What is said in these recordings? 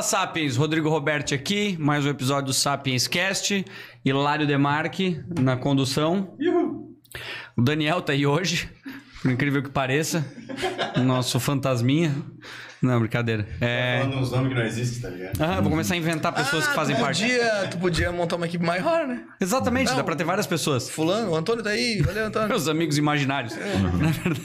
Sapiens, Rodrigo Roberti aqui, mais um episódio do Sapiens Cast, Hilário Demarque na condução. O Daniel tá aí hoje, por incrível que pareça, nosso fantasminha. Não, brincadeira. Falando uns nomes que não existem, tá ligado? Vou começar a inventar pessoas que fazem parte. Tu podia montar uma equipe maior, né? Exatamente, Não, dá pra ter várias pessoas. Fulano, o Antônio tá aí, valeu, Antônio. Meus amigos imaginários. Na verdade.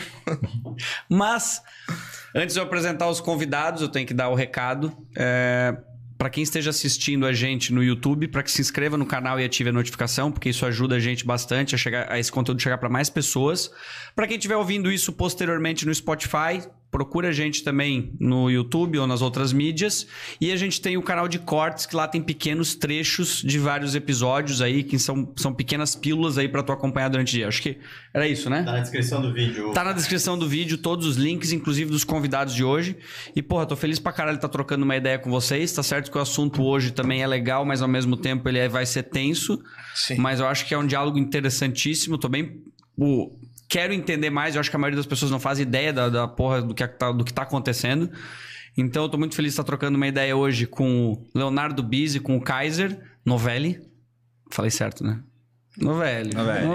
Mas, antes de eu apresentar os convidados, eu tenho que dar o recado. Para quem esteja assistindo a gente no YouTube, para que se inscreva no canal e ative a notificação, porque isso ajuda a gente bastante a esse conteúdo chegar para mais pessoas. Para quem estiver ouvindo isso posteriormente no Spotify, procura a gente também no YouTube ou nas outras mídias. E a gente tem o canal de cortes, que lá tem pequenos trechos de vários episódios aí, que são pequenas pílulas aí para tu acompanhar durante o dia. Acho que era isso, né? Tá na descrição do vídeo. Tá na descrição do vídeo, todos os links, inclusive dos convidados de hoje. E, porra, tô feliz pra caralho estar trocando uma ideia com vocês. Tá certo que o assunto hoje também é legal, mas ao mesmo tempo ele vai ser tenso. Sim. Mas eu acho que é um diálogo interessantíssimo. Tô bem... Quero entender mais. Eu acho que a maioria das pessoas não faz ideia da porra do que tá acontecendo. Então eu tô muito feliz de estar trocando uma ideia hoje com o Leonardo Bizzi, com o Kaiser Novelli. Falei certo, né? Novelli.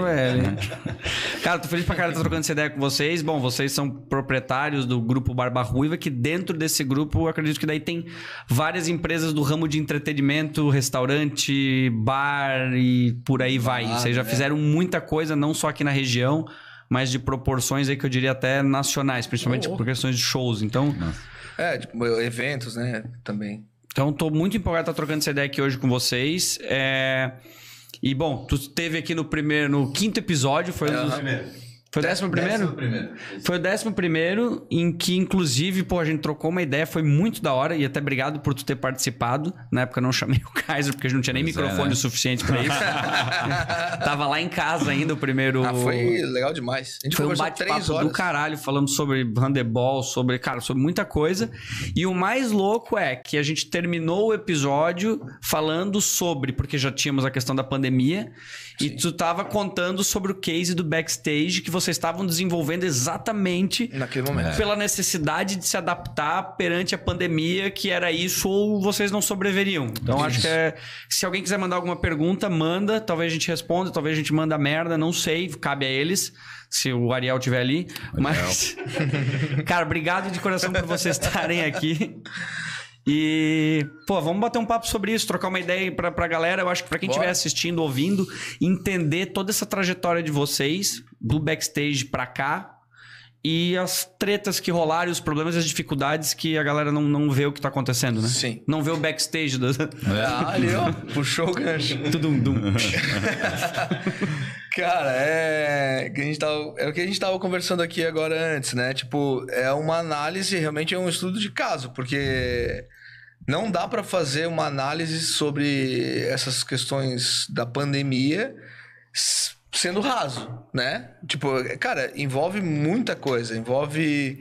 Cara, tô feliz pra caralho de estar trocando essa ideia com vocês. Bom, vocês são proprietários do grupo Barba Ruiva, que dentro desse grupo, eu acredito que daí tem várias empresas do ramo de entretenimento, restaurante, bar e por aí vai. Vocês já fizeram muita coisa, não só aqui na região, mas de proporções aí que eu diria até nacionais, principalmente por questões de shows. Então... tipo, eventos, né, também. Então, tô muito empolgado de estar trocando essa ideia aqui hoje com vocês. E, bom, tu esteve aqui no quinto episódio, foi Foi o 11º? Foi o 11º, em que, inclusive, a gente trocou uma ideia, foi muito da hora, e até obrigado por tu ter participado. Na época eu não chamei o Kaiser, porque a gente não tinha nem microfone o suficiente pra isso. Tava lá em casa ainda o primeiro... foi legal demais. A gente foi um bate-papo do caralho, falamos sobre handebol, sobre muita coisa. E o mais louco é que a gente terminou o episódio falando sobre, porque já tínhamos a questão da pandemia, e tu tava contando sobre o case do backstage que vocês estavam desenvolvendo exatamente naquele momento, pela necessidade de se adaptar perante a pandemia, que era isso, ou vocês não sobreviveriam. Então acho que se alguém quiser mandar alguma pergunta, manda, talvez a gente responda, talvez a gente manda merda, não sei, cabe a eles, se o Ariel estiver ali. Mas, cara, obrigado de coração por vocês estarem aqui. E, vamos bater um papo sobre isso, trocar uma ideia pra galera. Eu acho que pra quem estiver assistindo, ouvindo, entender toda essa trajetória de vocês, do backstage pra cá, e as tretas que rolaram, os problemas e as dificuldades que a galera não vê o que tá acontecendo, né? Sim. Não vê o backstage. Ali, ó, puxou o gancho. Cara, é o que a gente tava conversando aqui agora antes, né? Tipo, é uma análise, realmente é um estudo de caso, porque não dá pra fazer uma análise sobre essas questões da pandemia sendo raso, né? Tipo, cara, envolve muita coisa, envolve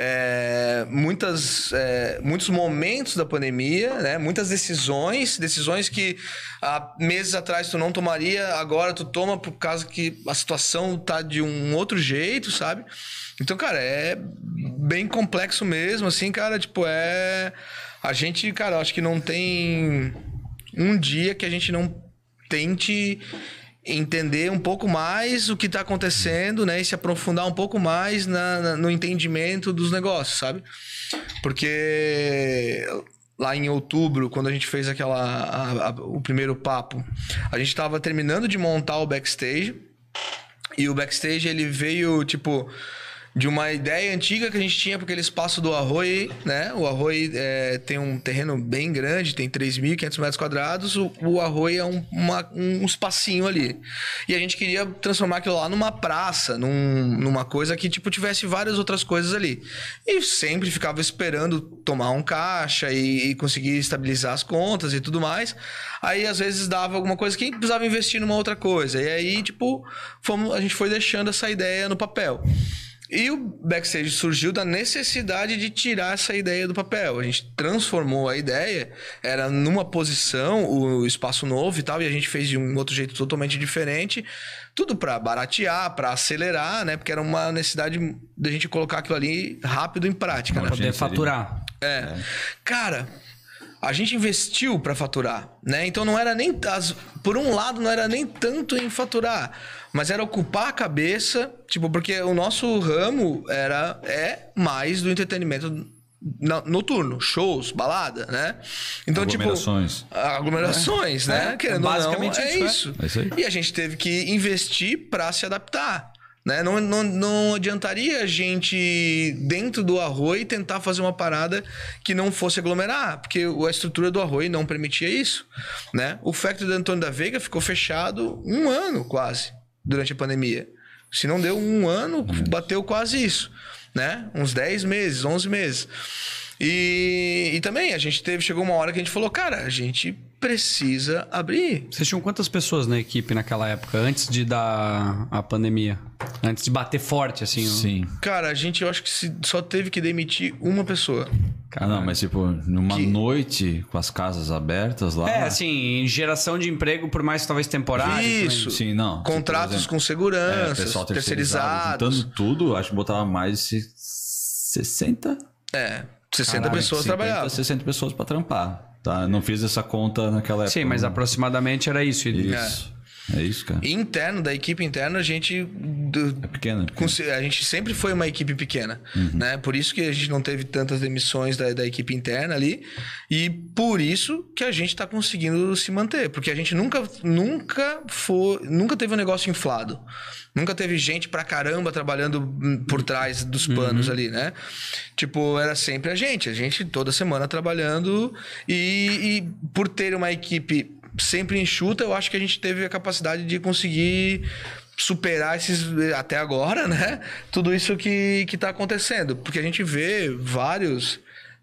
muitos momentos da pandemia, né? Muitas decisões que há meses atrás tu não tomaria, agora tu toma por causa que a situação tá de um outro jeito, sabe? Então, cara, é bem complexo mesmo, assim, cara, tipo, a gente, cara, acho que não tem um dia que a gente não tente entender um pouco mais o que está acontecendo, né? E se aprofundar um pouco mais no entendimento dos negócios, sabe? Porque lá em outubro, quando a gente fez o primeiro papo, a gente estava terminando de montar o backstage, e o backstage ele veio, tipo, de uma ideia antiga que a gente tinha para aquele espaço do Arroio, né? O Arroio tem um terreno bem grande, tem 3.500 metros quadrados. O Arroio é um espacinho ali. E a gente queria transformar aquilo lá numa praça, numa coisa que, tipo, tivesse várias outras coisas ali. E sempre ficava esperando tomar um caixa e conseguir estabilizar as contas e tudo mais. Aí, às vezes, dava alguma coisa que precisava investir numa outra coisa. E aí, tipo, a gente foi deixando essa ideia no papel. E o backstage surgiu da necessidade de tirar essa ideia do papel. A gente transformou a ideia, era numa posição, o espaço novo e tal, e a gente fez de um outro jeito totalmente diferente. Tudo para baratear, para acelerar, né? Porque era uma necessidade da gente colocar aquilo ali rápido em prática, pra né? poder faturar. Cara, a gente investiu para faturar, né? Então não era nem... por um lado, não era nem tanto em faturar, mas era ocupar a cabeça, tipo, porque o nosso ramo é mais do entretenimento noturno, shows, balada, né? Então, aglomerações, né? Querendo basicamente ou não, isso. É isso aí. E a gente teve que investir para se adaptar. Né? Não adiantaria a gente, dentro do Arroi, tentar fazer uma parada que não fosse aglomerar, porque a estrutura do Arroi não permitia isso. Né? O Factory do Antônio da Veiga ficou fechado 1 ano quase, durante a pandemia. Se não deu 1 ano, bateu quase isso. Né? Uns 10 meses, 11 meses. E também chegou uma hora que a gente falou, cara, a gente precisa abrir. Vocês tinham quantas pessoas na equipe naquela época, antes de dar a pandemia? Antes de bater forte, assim? Sim. Cara, eu acho que só teve que demitir uma pessoa. Não, mas tipo, numa noite com as casas abertas lá... assim, em geração de emprego, por mais talvez temporário. Isso. Também. Sim, não. Contratos exemplo, com segurança, pessoal terceirizados. Juntando tudo, acho que botava mais de 60... 60 pessoas trabalhavam. 60 pessoas para trampar. Tá? Não fiz essa conta naquela época. Sim, mas aproximadamente era isso. É isso, cara. E interno, da equipe interna, a gente... É pequena. A gente sempre foi uma equipe pequena. Né? Por isso que a gente não teve tantas demissões da equipe interna ali. E por isso que a gente está conseguindo se manter. Porque a gente nunca teve um negócio inflado. Nunca teve gente pra caramba trabalhando por trás dos panos ali, né? Tipo, era sempre a gente toda semana trabalhando e por ter uma equipe sempre enxuta, eu acho que a gente teve a capacidade de conseguir superar até agora, né? Tudo isso que tá acontecendo. Porque a gente vê vários...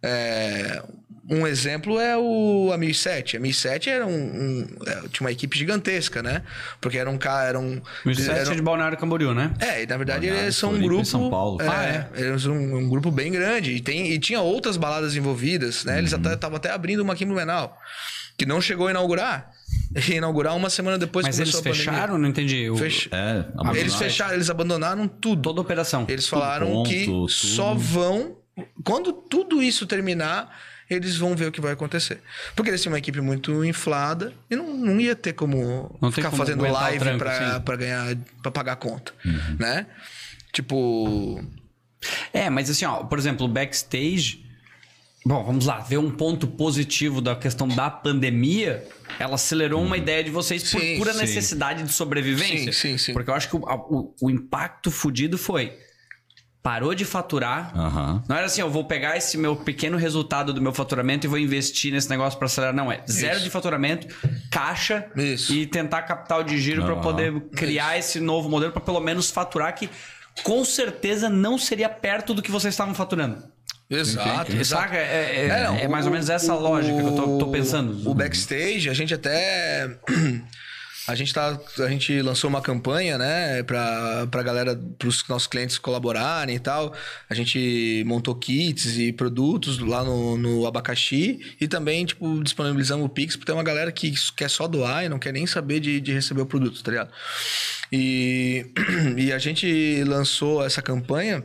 Um exemplo é a 1007. A 1007 tinha uma equipe gigantesca, né? Porque era um cara... 1007 é de Balneário Camboriú, né? E na verdade eles são um Floripa grupo... e São Paulo. Eles são um grupo bem grande. E tinha outras baladas envolvidas, né? Eles estavam até abrindo uma aqui em Blumenau, que não chegou a inaugurar. Ia inaugurar uma semana depois que começou a pandemia. Mas eles fecharam? Não entendi. Eles fecharam, eles abandonaram tudo. Toda a operação. Eles falaram que só vão... Quando tudo isso terminar, eles vão ver o que vai acontecer. Porque eles têm uma equipe muito inflada e não ia ter como ficar fazendo live pra ganhar, pra pagar a conta, né? Tipo... mas assim, ó, por exemplo, o backstage... Bom, vamos lá, ver um ponto positivo da questão da pandemia. Ela acelerou uma ideia de vocês por pura necessidade de sobrevivência. Sim. Porque eu acho que o impacto fudido foi... Parou de faturar. Não era assim, eu vou pegar esse meu pequeno resultado do meu faturamento e vou investir nesse negócio para acelerar. Não, é zero de faturamento, caixa e tentar capital de giro para poder criar esse novo modelo para pelo menos faturar, que com certeza não seria perto do que vocês estavam faturando. Exato. Saca? É mais ou menos essa lógica que eu tô pensando. O backstage, a gente até... A gente lançou uma campanha, né, pra galera, pros nossos clientes colaborarem e tal. A gente montou kits e produtos lá no Abacaxi e também, tipo, disponibilizamos o Pix, porque tem uma galera que quer só doar e não quer nem saber de receber o produto, tá ligado? E a gente lançou essa campanha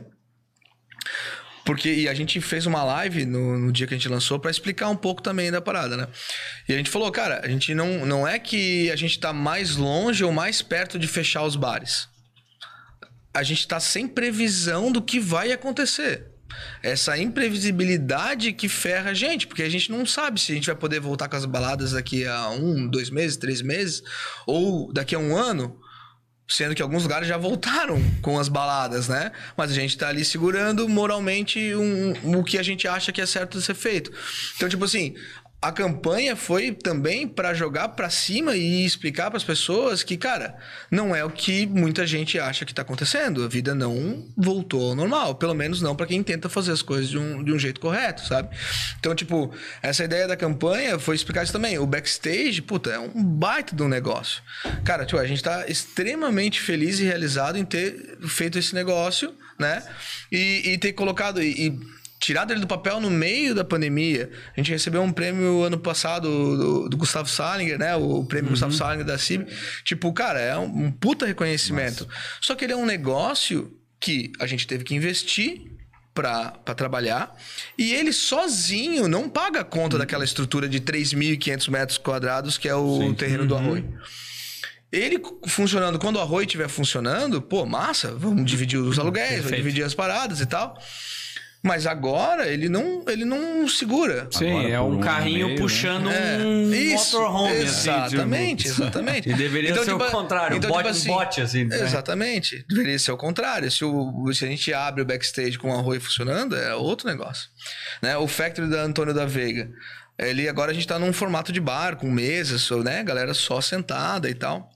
e a gente fez uma live no dia que a gente lançou pra explicar um pouco também da parada, né? E a gente falou, cara, a gente não é que a gente tá mais longe ou mais perto de fechar os bares. A gente tá sem previsão do que vai acontecer. Essa imprevisibilidade que ferra a gente, porque a gente não sabe se a gente vai poder voltar com as baladas daqui a 1, 2 meses, 3 meses, ou daqui a 1 ano. Sendo que alguns lugares já voltaram com as baladas, né? Mas a gente tá ali segurando moralmente o que a gente acha que é certo de ser feito. Então, tipo assim, a campanha foi também para jogar para cima e explicar para as pessoas que, cara, não é o que muita gente acha que tá acontecendo. A vida não voltou ao normal. Pelo menos não para quem tenta fazer as coisas de um jeito correto, sabe? Então, tipo, essa ideia da campanha foi explicar isso também. O backstage, puta, é um baita de um negócio. Cara, tipo, a gente tá extremamente feliz e realizado em ter feito esse negócio, né? E ter colocado... tirado ele do papel no meio da pandemia. A gente recebeu um prêmio ano passado do Gustavo Salinger, né? O prêmio Gustavo Salinger da CIB. Tipo, cara, é um puta reconhecimento. Nossa. Só que ele é um negócio que a gente teve que investir para trabalhar, e ele sozinho não paga a conta daquela estrutura de 3.500 metros quadrados que é o terreno do Arroio. Ele funcionando, quando o Arroio estiver funcionando, pô, massa, vamos dividir os aluguéis, vamos dividir as paradas e tal. Mas agora ele não segura. Sim, Agora, é por um um carrinho ano e meio, puxando né? um Isso, motorhome. exatamente, assim, exatamente. E deveria ser o contrário, então, um bote assim. Né? Exatamente, deveria ser o contrário. Se a gente abre o backstage com o Arroio funcionando, é outro negócio. Né? O Factory da Antônio da Veiga, agora a gente tá num formato de bar, com mesas, né? Galera só sentada e tal.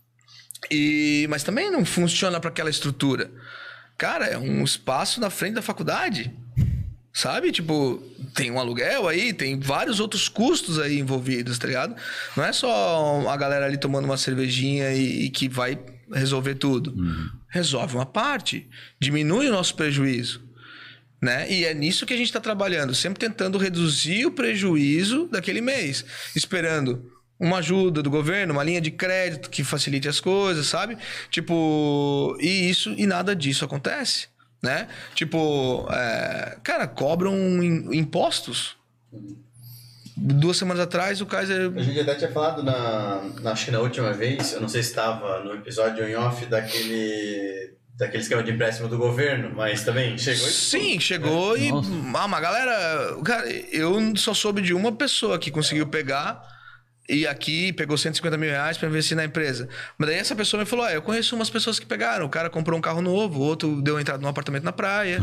Mas também não funciona para aquela estrutura. Cara, é um espaço na frente da faculdade. Sabe? Tipo, tem um aluguel aí, tem vários outros custos aí envolvidos, tá ligado? Não é só a galera ali tomando uma cervejinha e que vai resolver tudo. Resolve uma parte, diminui o nosso prejuízo, né? E é nisso que a gente tá trabalhando, sempre tentando reduzir o prejuízo daquele mês, esperando uma ajuda do governo, uma linha de crédito que facilite as coisas, sabe? Tipo, e nada disso acontece. Né? Tipo, cara, cobram impostos. 2 semanas atrás o Kaiser... A gente até tinha falado acho que na última vez, eu não sei se estava no episódio em off daquele esquema de empréstimo do governo, mas também chegou... Sim, chegou e... uma galera... Cara, eu só soube de uma pessoa que conseguiu pegar... E aqui pegou 150 mil reais para investir na empresa. Mas daí essa pessoa me falou, eu conheço umas pessoas que pegaram. O cara comprou um carro novo, o outro deu entrada num apartamento na praia.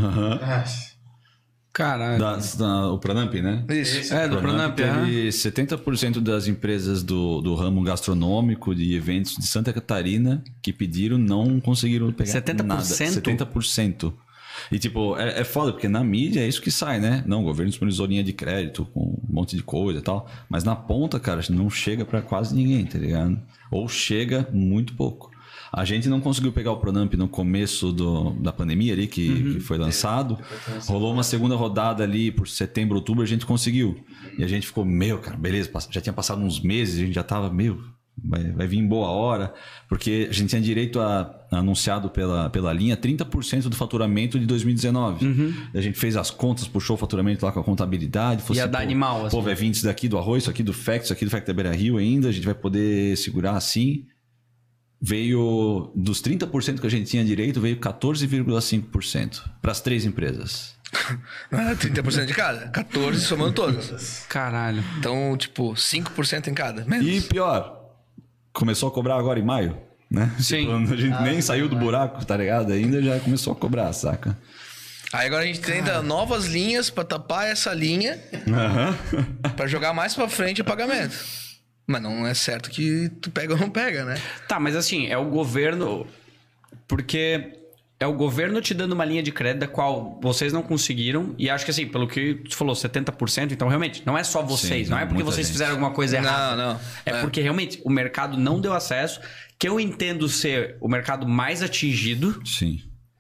Caralho. O Pronamp, né? Isso. Do Pronamp, teve 70% das empresas do ramo gastronômico de eventos de Santa Catarina que pediram não conseguiram pegar 70%? nada. 70%. E tipo, é foda, porque na mídia é isso que sai, né? Não, o governo disponibilizou linha de crédito com um monte de coisa e tal. Mas na ponta, cara, não chega pra quase ninguém, tá ligado? Ou chega muito pouco. A gente não conseguiu pegar o Pronamp no começo da pandemia ali, que foi lançado. Rolou uma segunda rodada ali por setembro, outubro, a gente conseguiu. E a gente ficou, cara, beleza, já tinha passado uns meses, a gente já tava, vai vir em boa hora, porque a gente tinha direito a anunciado pela linha 30% do faturamento de 2019. A gente fez as contas, puxou o faturamento lá com a contabilidade. Ia dar animal. Pô, vai vir isso daqui do Arroio, isso aqui do Factory, isso aqui do Factory da Beira Rio ainda, a gente vai poder segurar assim. Veio, dos 30% que a gente tinha direito, veio 14,5% para as 3 empresas. Não era 30% de cada? 14% somando todas. Caralho. Então, tipo, 5% em cada. Menos. E pior, começou a cobrar agora em maio, né? Sim. Tipo, a gente nem saiu do buraco, tá ligado? Ainda já começou a cobrar, saca? Aí agora a gente tenta novas linhas pra tapar essa linha, pra jogar mais pra frente o pagamento. Mas não é certo que tu pega ou não pega, né? Tá, mas assim, é o governo... Porque é o governo te dando uma linha de crédito da qual vocês não conseguiram. E acho que assim, pelo que tu falou, 70%. Então, realmente, não é só vocês. Sim, não é porque vocês fizeram alguma coisa errada. Não. É porque realmente o mercado não deu acesso. Que eu entendo ser o mercado mais atingido. Sim.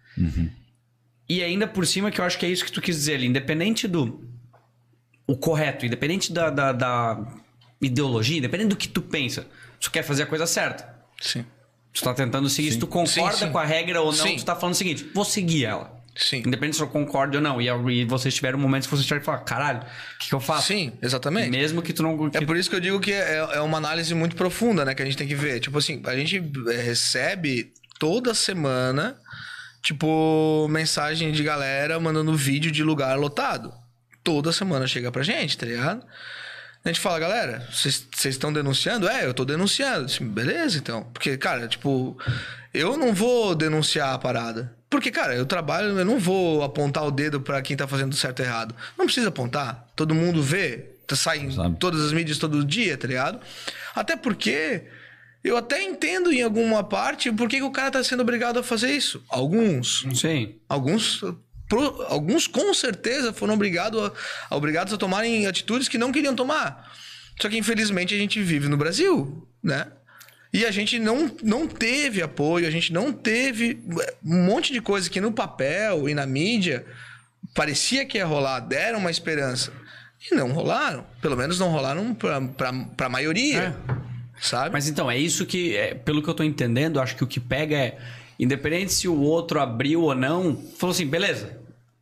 E ainda por cima, que eu acho que é isso que tu quis dizer ali. Independente o correto, independente da ideologia, independente do que tu pensa, tu quer fazer a coisa certa. Sim. Tu tá tentando seguir, se tu concorda Sim. com a regra ou não, Sim. tu tá falando o seguinte, vou seguir ela. Sim. Independente se eu concordo ou não. E vocês tiveram momentos que vocês tiveram que falar, caralho, o que eu faço? Sim, exatamente. Mesmo que tu não... É por isso que eu digo que é uma análise muito profunda, né? Que a gente tem que ver. Tipo assim, a gente recebe toda semana, tipo, mensagem de galera mandando vídeo de lugar lotado. Toda semana chega pra gente, tá ligado? A gente fala, galera, vocês estão denunciando? Eu tô denunciando. Assim, beleza, então. Porque, cara, tipo, eu não vou denunciar a parada. Porque, cara, eu trabalho, eu não vou apontar o dedo pra quem tá fazendo certo e errado. Não precisa apontar. Todo mundo vê. Sai em todas as mídias todo dia, tá ligado? Até porque eu até entendo em alguma parte por que o cara tá sendo obrigado a fazer isso. Alguns. Sim. Alguns com certeza foram obrigados a tomarem atitudes que não queriam tomar. Só que infelizmente a gente vive no Brasil, né? E a gente não teve apoio, a gente não teve um monte de coisa que no papel e na mídia parecia que ia rolar, deram uma esperança. E não rolaram. Pelo menos não rolaram pra maioria, sabe? Mas então, é isso que, pelo que eu tô entendendo, acho que o que pega é, independente se o outro abriu ou não, falou assim, beleza,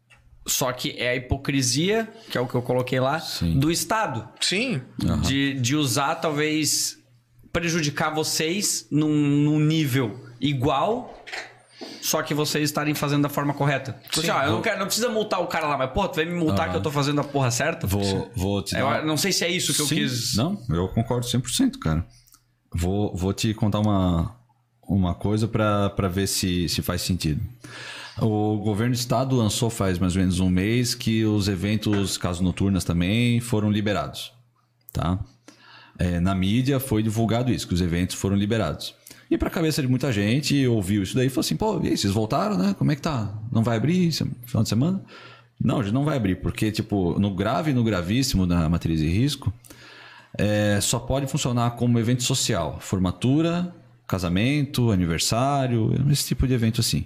Só que é a hipocrisia, que é o que eu coloquei lá, do Estado. Sim. De usar, talvez, prejudicar vocês num nível igual, só que vocês estarem fazendo da forma correta. Tipo assim, não precisa multar o cara lá, mas, pô, tu vai me multar que eu tô fazendo a porra certa? Vou te dar... Eu não sei se é isso que eu quis... Não, eu concordo 100%, cara. Vou te contar uma coisa pra ver se faz sentido. O governo do estado lançou faz mais ou menos um mês que os eventos, casas noturnas também, foram liberados, tá? Na mídia foi divulgado isso, que os eventos foram liberados. E pra cabeça de muita gente, ouviu isso daí e falou assim, pô, e aí, vocês voltaram, né? Como é que tá? Não vai abrir final de semana? Não, a gente não vai abrir, porque, tipo, no grave e no gravíssimo da matriz de risco, só pode funcionar como evento social. Formatura, casamento, aniversário, esse tipo de evento assim.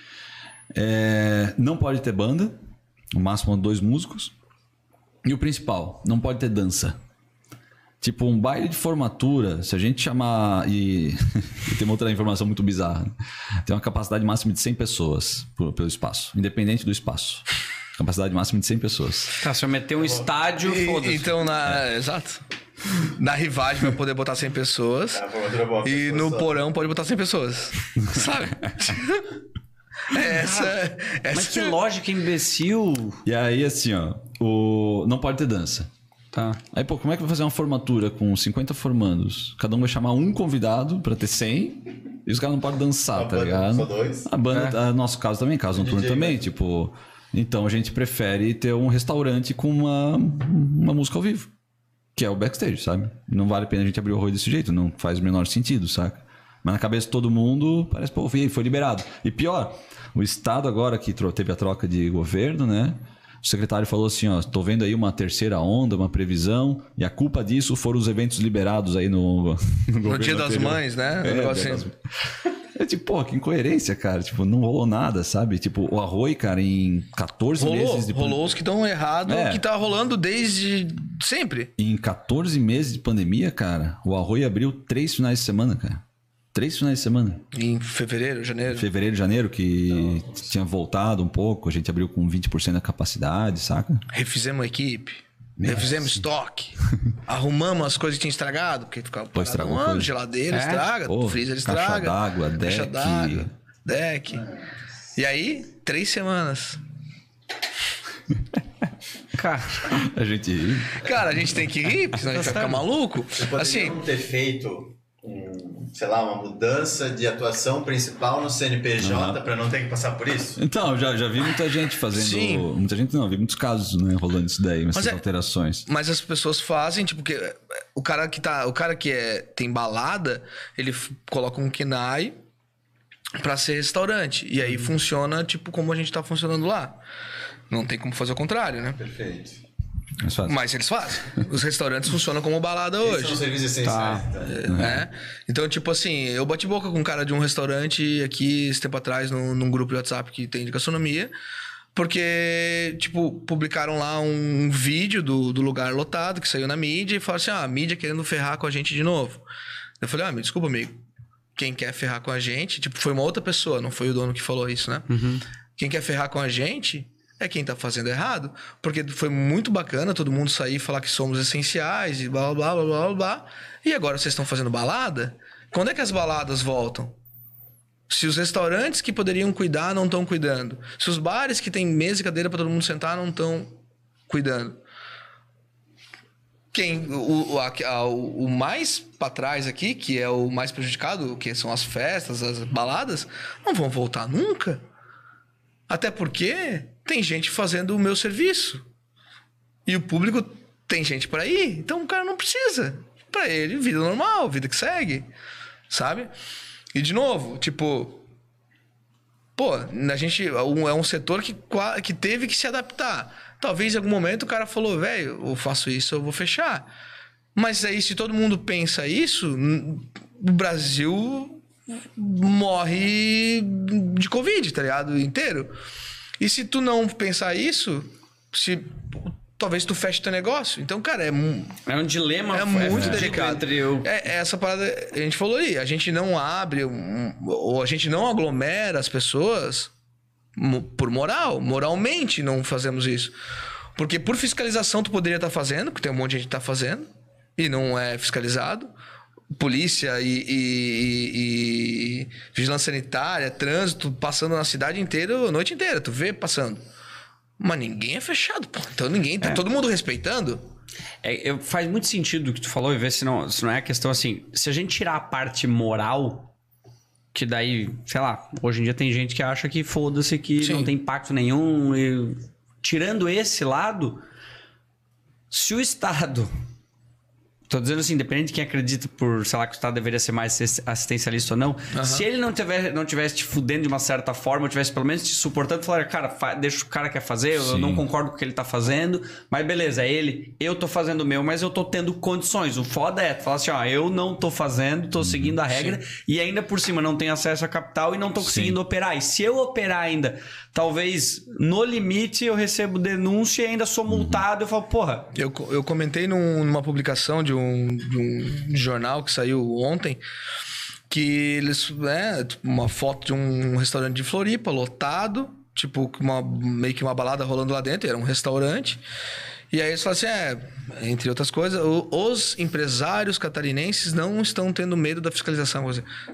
Não pode ter banda, no máximo 2 músicos. E o principal, não pode ter dança. Tipo, um baile de formatura, se a gente chamar... E tem uma outra informação muito bizarra. Tem uma capacidade máxima de 100 pessoas pelo espaço, independente do espaço. Capacidade máxima de 100 pessoas. Tá, se eu meter um estádio, foda-se. Então, exato. Na Rivagem vai poder botar 100 pessoas. E no porão pode botar 100 pessoas. Sabe? Mas que lógica imbecil. E aí, assim, ó, não pode ter dança. Tá. Aí, pô, como é que vai fazer uma formatura com 50 formandos? Cada um vai chamar um convidado pra ter 100 e os caras não podem dançar, tá ligado? Só 2. A banda, nosso caso também, caso noturno também, tipo... Então a gente prefere ter um restaurante com uma música ao vivo, que é o backstage, sabe? Não vale a pena a gente abrir o rolê desse jeito, não faz o menor sentido, saca? Mas na cabeça de todo mundo, parece, pô, foi liberado. E pior, o Estado agora que teve a troca de governo, né? O secretário falou assim, ó, tô vendo aí uma terceira onda, uma previsão, e a culpa disso foram os eventos liberados aí no governo Dia das Mães, né? É tipo, pô, que incoerência, cara. Tipo, não rolou nada, sabe? Tipo, o Arroi, cara, em 14 meses de Rolou os que estão errados, que tá rolando desde sempre. Em 14 meses de pandemia, cara, o Arroi abriu 3 finais de semana, cara. 3 finais de semana. Em fevereiro, janeiro, que tinha voltado um pouco. A gente abriu com 20% da capacidade, saca? Refizemos a equipe. Refizemos estoque. Arrumamos as coisas que tinham estragado, porque ficava parado um ano, geladeira estraga, freezer estraga. Caixa d'água, deck. E aí, 3 semanas. Cara, a gente ri. Cara, a gente tem que rir, porque senão a gente vai ficar maluco. Assim, ter feito sei lá, uma mudança de atuação principal no CNPJ para não ter que passar por isso? Então, já vi muita gente fazendo... Sim. Muita gente não, vi muitos casos, né, rolando isso daí, essas alterações. Mas as pessoas fazem, tipo, que o cara que tem balada, ele coloca um KNAI pra ser restaurante. E aí funciona, tipo, como a gente tá funcionando lá. Não tem como fazer o contrário, né? Perfeito. Mas eles fazem. Os restaurantes funcionam como balada hoje. São serviços essenciais. Então, tipo assim, eu bati boca com um cara de um restaurante aqui, esse tempo atrás, num grupo de WhatsApp que tem de gastronomia, porque, tipo, publicaram lá um vídeo do lugar lotado, que saiu na mídia, e falaram assim, a mídia querendo ferrar com a gente de novo. Eu falei, me desculpa, amigo. Quem quer ferrar com a gente, tipo, foi uma outra pessoa, não foi o dono que falou isso, né? Uhum. Quem quer ferrar com a gente... é quem tá fazendo errado, porque foi muito bacana todo mundo sair e falar que somos essenciais e blá, blá, blá, blá, blá. E agora vocês estão fazendo balada? Quando é que as baladas voltam? Se os restaurantes que poderiam cuidar não estão cuidando. Se os bares que tem mesa e cadeira para todo mundo sentar não estão cuidando. O mais para trás aqui, que é o mais prejudicado, que são as festas, as baladas, não vão voltar nunca. Até porque tem gente fazendo o meu serviço. E o público tem gente para ir. Então o cara não precisa. Para ele, vida normal, vida que segue. Sabe? E de novo, tipo... Pô, a gente é um setor que teve que se adaptar. Talvez em algum momento o cara falou, velho, eu faço isso, eu vou fechar. Mas aí se todo mundo pensa isso, o Brasil... morre de Covid, tá ligado? Inteiro. E se tu não pensar isso, talvez tu feche teu negócio. Então, cara, é um dilema. É muito delicado. Entre essa parada, a gente falou aí, a gente não abre ou a gente não aglomera as pessoas por moralmente não fazemos isso. Porque por fiscalização tu poderia estar fazendo, porque tem um monte de gente que está fazendo, e não é fiscalizado. Polícia e vigilância sanitária, trânsito, passando na cidade inteira, a noite inteira, tu vê passando. Mas ninguém é fechado, pô. Então ninguém, tá todo mundo respeitando. Faz muito sentido o que tu falou e ver se não é a questão assim. Se a gente tirar a parte moral, que daí, sei lá, hoje em dia tem gente que acha que foda-se, que Sim. não tem impacto nenhum. E, tirando esse lado, se o Estado... Tô dizendo assim, independente de quem acredita por, sei lá, que o Estado deveria ser mais assistencialista ou não, se ele não tivesse te fudendo de uma certa forma, ou tivesse pelo menos te suportando, falar, cara, deixa o que o cara quer fazer, eu não concordo com o que ele tá fazendo, mas beleza, eu tô fazendo o meu, mas eu tô tendo condições. O foda é falar assim, ó, eu não tô fazendo, tô seguindo a regra, e ainda por cima não tenho acesso a capital e não tô conseguindo operar. E se eu operar ainda, talvez no limite eu recebo denúncia e ainda sou multado, eu falo, porra... Eu comentei numa publicação de um jornal que saiu ontem, que eles, uma foto de um restaurante de Floripa, lotado, tipo, meio que uma balada rolando lá dentro, era um restaurante. E aí eles falam assim, entre outras coisas, os empresários catarinenses não estão tendo medo da fiscalização.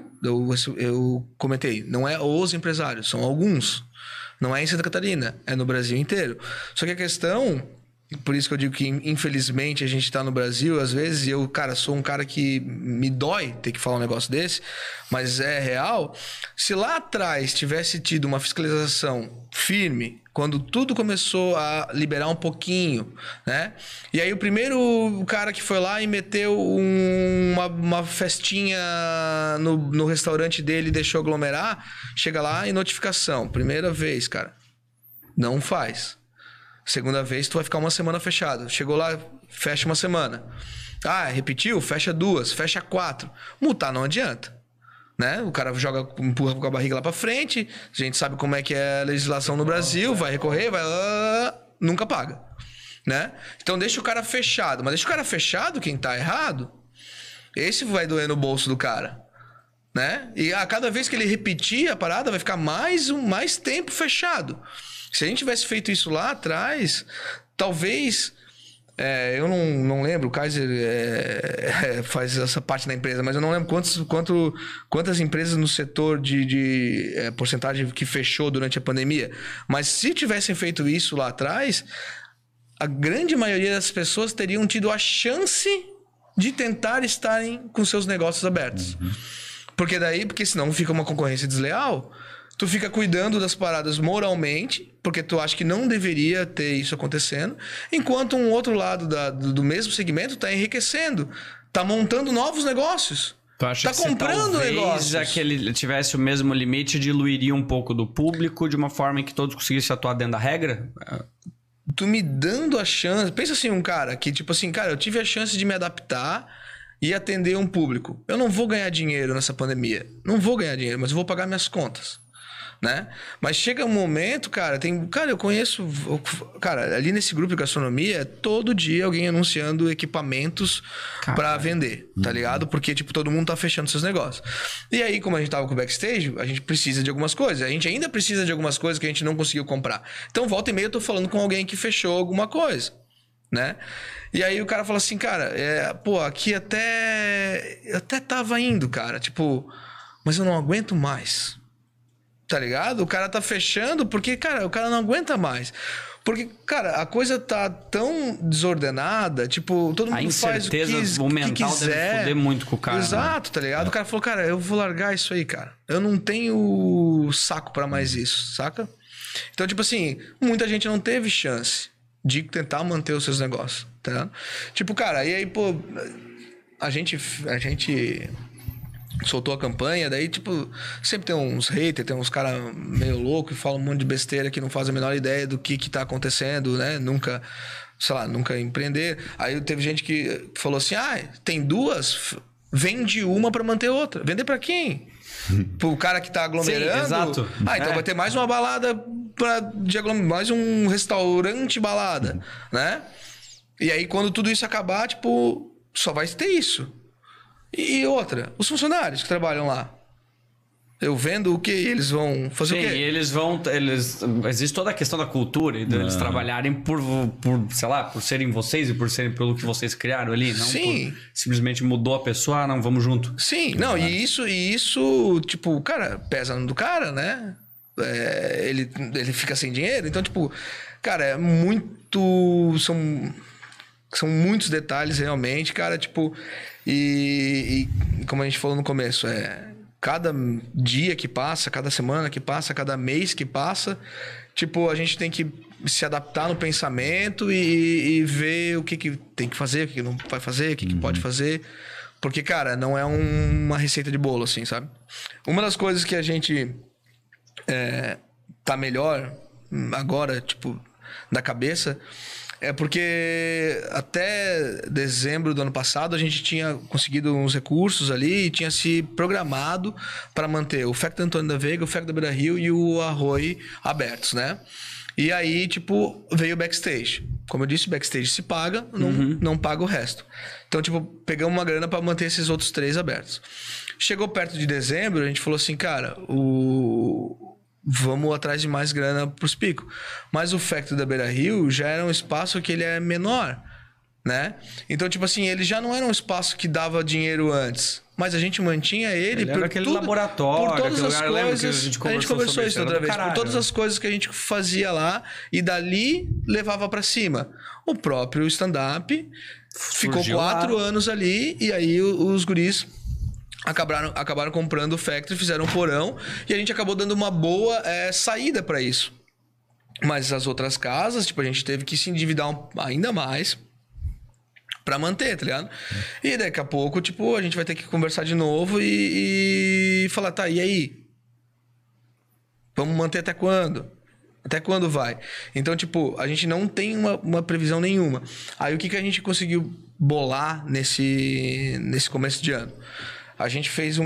Eu comentei, não é os empresários, são alguns. Não é em Santa Catarina, é no Brasil inteiro. Só que a questão... Por isso que eu digo que, infelizmente, a gente tá no Brasil, às vezes, e eu, cara, sou um cara que me dói ter que falar um negócio desse, mas é real. Se lá atrás tivesse tido uma fiscalização firme, quando tudo começou a liberar um pouquinho, né? E aí o primeiro cara que foi lá e meteu uma festinha no restaurante dele e deixou aglomerar, chega lá e notificação. Primeira vez, cara. Não faz. Segunda vez, tu vai ficar uma semana fechado. Chegou lá, fecha uma semana. Repetiu? Fecha 2, fecha 4. Multar não adianta. Né? O cara empurra com a barriga lá pra frente. A gente sabe como é que é a legislação no Brasil. Vai recorrer, nunca paga. Né? Então deixa o cara fechado. Mas deixa o cara fechado, quem tá errado, esse vai doer no bolso do cara. Né? E a cada vez que ele repetir a parada, vai ficar mais tempo fechado. Se a gente tivesse feito isso lá atrás, talvez... eu não lembro, o Kaiser faz essa parte da empresa, mas eu não lembro quantas empresas no setor de porcentagem que fechou durante a pandemia. Mas se tivessem feito isso lá atrás, a grande maioria das pessoas teriam tido a chance de tentar estarem com seus negócios abertos. Porque senão fica uma concorrência desleal. Tu fica cuidando das paradas moralmente, porque tu acha que não deveria ter isso acontecendo, enquanto um outro lado do mesmo segmento tá enriquecendo, tá montando novos negócios. Tu acha tá que comprando negócios. Já que ele tivesse o mesmo limite, diluiria um pouco do público de uma forma em que todos conseguissem atuar dentro da regra? Tu me dando a chance... Pensa assim, um cara que tipo assim, cara, eu tive a chance de me adaptar e atender um público. Eu não vou ganhar dinheiro nessa pandemia. Não vou ganhar dinheiro, mas eu vou pagar minhas contas. Né? Mas chega um momento, cara, eu conheço, cara, ali nesse grupo de gastronomia, todo dia alguém anunciando equipamentos pra vender, tá ligado? Porque, tipo, todo mundo tá fechando seus negócios. E aí, como a gente tava com o backstage, a gente precisa de algumas coisas. A gente ainda precisa de algumas coisas que a gente não conseguiu comprar. Então, volta e meia, eu tô falando com alguém que fechou alguma coisa, né? E aí o cara fala assim, cara, aqui eu até tava indo, cara, tipo, mas eu não aguento mais. Tá ligado? O cara tá fechando porque, cara, o cara não aguenta mais. Porque, cara, a coisa tá tão desordenada, tipo, todo mundo faz o que quiser. Deve foder muito com o cara. Exato, tá ligado? O cara falou, cara, eu vou largar isso aí, cara. Eu não tenho saco pra mais isso, saca? Então, tipo assim, muita gente não teve chance de tentar manter os seus negócios, tá ligado? Tipo, cara, e aí, pô, a gente soltou a campanha, daí, tipo, sempre tem uns haters, tem uns caras meio loucos que falam um monte de besteira que não fazem a menor ideia do que tá acontecendo, né? Nunca empreender. Aí teve gente que falou assim, tem duas, vende uma pra manter outra. Vender pra quem? Pro cara que tá aglomerando? Sim, exato. Então vai ter mais uma balada mais um restaurante balada, né? E aí, quando tudo isso acabar, tipo, só vai ter isso. E outra, os funcionários que trabalham lá. Eu vendo o quê? Eles vão fazer Sim, o quê? Existe toda a questão da cultura e deles trabalharem por, sei lá, por serem vocês e por serem pelo que vocês criaram ali. Não Sim. Simplesmente mudou a pessoa, não, vamos junto. Sim, não, e isso, tipo, cara, pesa no do cara, né? Ele fica sem dinheiro, então, tipo, cara, é muito. São muitos detalhes realmente, cara, tipo, e como a gente falou no começo, cada dia que passa, cada semana que passa, cada mês que passa, tipo, a gente tem que se adaptar no pensamento e ver o que tem que fazer, o que não vai fazer, o que pode fazer. Porque, cara, não é uma receita de bolo, assim, sabe? Uma das coisas que a gente tá melhor agora, tipo, da cabeça, é porque até dezembro do ano passado a gente tinha conseguido uns recursos ali e tinha se programado para manter o FEC da Antônio da Veiga, o FEC da Beira Rio e o Arroio abertos, né? E aí, tipo, veio o backstage. Como eu disse, o backstage se paga, não paga o resto. Então, tipo, pegamos uma grana para manter esses outros 3 abertos. Chegou perto de dezembro, a gente falou assim, cara, vamos atrás de mais grana pros picos. Mas o Factory da Beira Rio já era um espaço que ele é menor, né? Então, tipo assim, ele já não era um espaço que dava dinheiro antes. Mas a gente mantinha ele por era aquele laboratório, por todas as lugar, coisas. Que a gente conversou isso outra vez. Por todas as coisas que a gente fazia lá e dali levava pra cima. O próprio stand-up ficou 4 anos ali e aí os guris acabaram comprando o Factory, fizeram um porão e a gente acabou dando uma boa saída para isso. Mas as outras casas, tipo, a gente teve que se endividar ainda mais para manter, tá ligado? E daqui a pouco, tipo, a gente vai ter que conversar de novo e falar, tá, e aí? Vamos manter até quando? Até quando vai? Então, tipo, a gente não tem uma previsão nenhuma. Aí o que a gente conseguiu bolar nesse começo de ano? A gente fez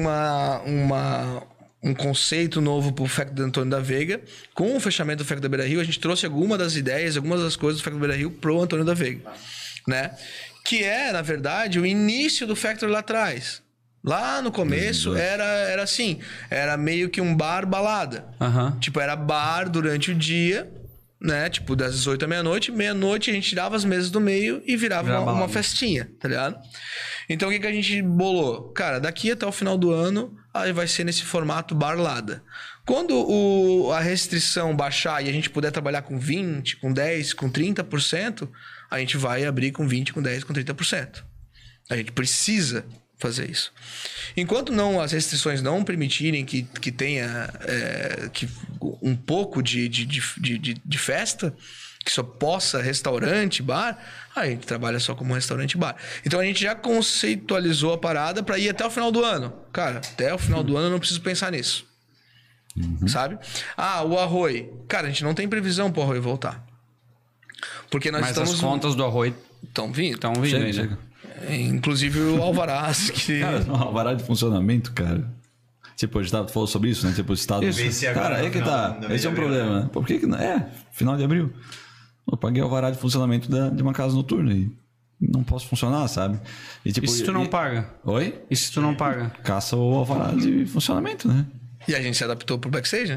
um conceito novo pro FEC do Antônio da Veiga. Com o fechamento do FEC da Beira Rio, a gente trouxe algumas das ideias, algumas das coisas do FEC da Beira Rio pro Antônio da Veiga, né? Que na verdade, o início do Factory lá atrás. Lá no começo era assim, era meio que um bar-balada. Tipo, era bar durante o dia, né? Tipo, das 18 à meia-noite. Meia-noite a gente tirava as mesas do meio e virava uma festinha, tá ligado? Então, o que a gente bolou? Cara, daqui até o final do ano, aí vai ser nesse formato barlada. Quando a restrição baixar e a gente puder trabalhar com 20%, com 10%, com 30%, a gente vai abrir com 20%, com 10%, com 30%. A gente precisa fazer isso. Enquanto as restrições não permitirem que tenha um pouco de festa, que só possa restaurante, bar, a gente trabalha só como restaurante, bar. Então a gente já conceitualizou a parada para ir até o final do ano. Cara, até o final do ano eu não preciso pensar nisso. Sabe? O Arroio. Cara, a gente não tem previsão pro Arroio voltar. Porque nós Mas as contas do Arroio estão vindo. Estão vindo ainda. Inclusive o Alvarás. Cara, o Alvará de funcionamento, cara. Tipo, a gente falou sobre isso, né? Tipo, o Estado... Cara, aí que tá. Esse é um problema, né? Por que não? Final de abril. Eu paguei o alvará de funcionamento de uma casa noturna e não posso funcionar, sabe? E, tipo, se tu não paga? Oi? E se tu não paga? Caça o alvará de funcionamento, né? E a gente se adaptou pro backstage, né?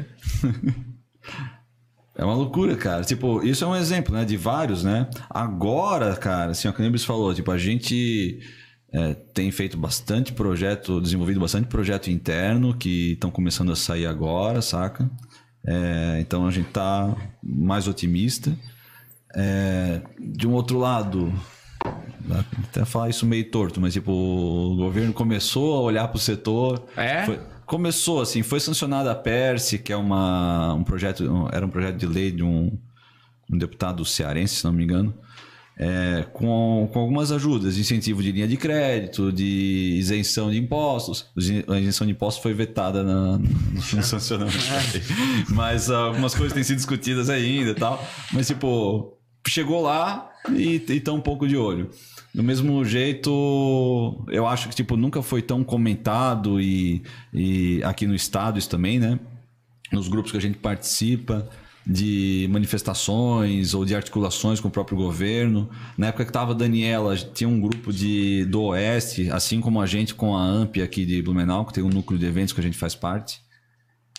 É uma loucura, cara. Tipo, isso é um exemplo, né? De vários, né? Agora, cara, assim, o que o Nibis falou, tipo, a gente tem feito bastante projeto, desenvolvido bastante projeto interno que estão começando a sair agora, saca? Então a gente tá mais otimista. De um outro lado, até falar isso meio torto, mas tipo, o governo começou a olhar pro setor. Começou assim, foi sancionada a PERSE, que é um projeto, era um projeto de lei de um deputado cearense, se não me engano, com algumas ajudas, incentivo de linha de crédito, de isenção de impostos. A isenção de impostos foi vetada no sancionamento. Mas algumas coisas têm sido discutidas ainda e tal. Mas tipo, chegou lá e tá um pouco de olho. Do mesmo jeito, eu acho que tipo, nunca foi tão comentado e aqui no estado isso também, né? Nos grupos que a gente participa, de manifestações ou de articulações com o próprio governo. Na época que estava a Daniela, tinha um grupo do Oeste, assim como a gente com a AMP aqui de Blumenau, que tem um núcleo de eventos que a gente faz parte.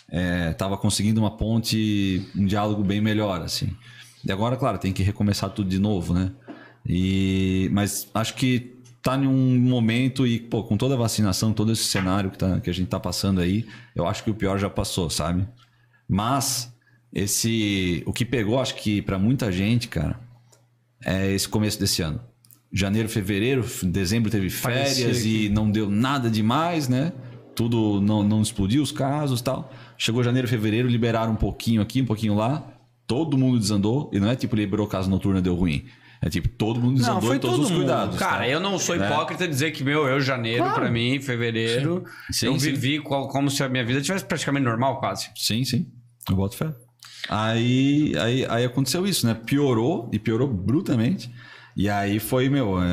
tava conseguindo uma ponte, um diálogo bem melhor, assim. E agora, claro, tem que recomeçar tudo de novo, né? Mas acho que tá em um momento e, pô, com toda a vacinação, todo esse cenário que a gente tá passando aí, eu acho que o pior já passou, sabe? Mas o que pegou, acho que pra muita gente, cara, é esse começo desse ano. Janeiro, fevereiro, dezembro teve férias e não deu nada demais, né? Tudo não explodiu os casos e tal. Chegou janeiro, fevereiro, liberaram um pouquinho aqui, um pouquinho lá. Todo mundo desandou. E não é tipo, liberou casa noturna, deu ruim. É tipo, todo mundo desandou em todos os cuidados. Cara, eu não sou hipócrita dizer que, janeiro, claro, pra mim, fevereiro, eu vivi como se a minha vida tivesse praticamente normal, quase. Sim. Eu boto fé. Aí aconteceu isso, né? Piorou, e piorou brutamente. E aí foi,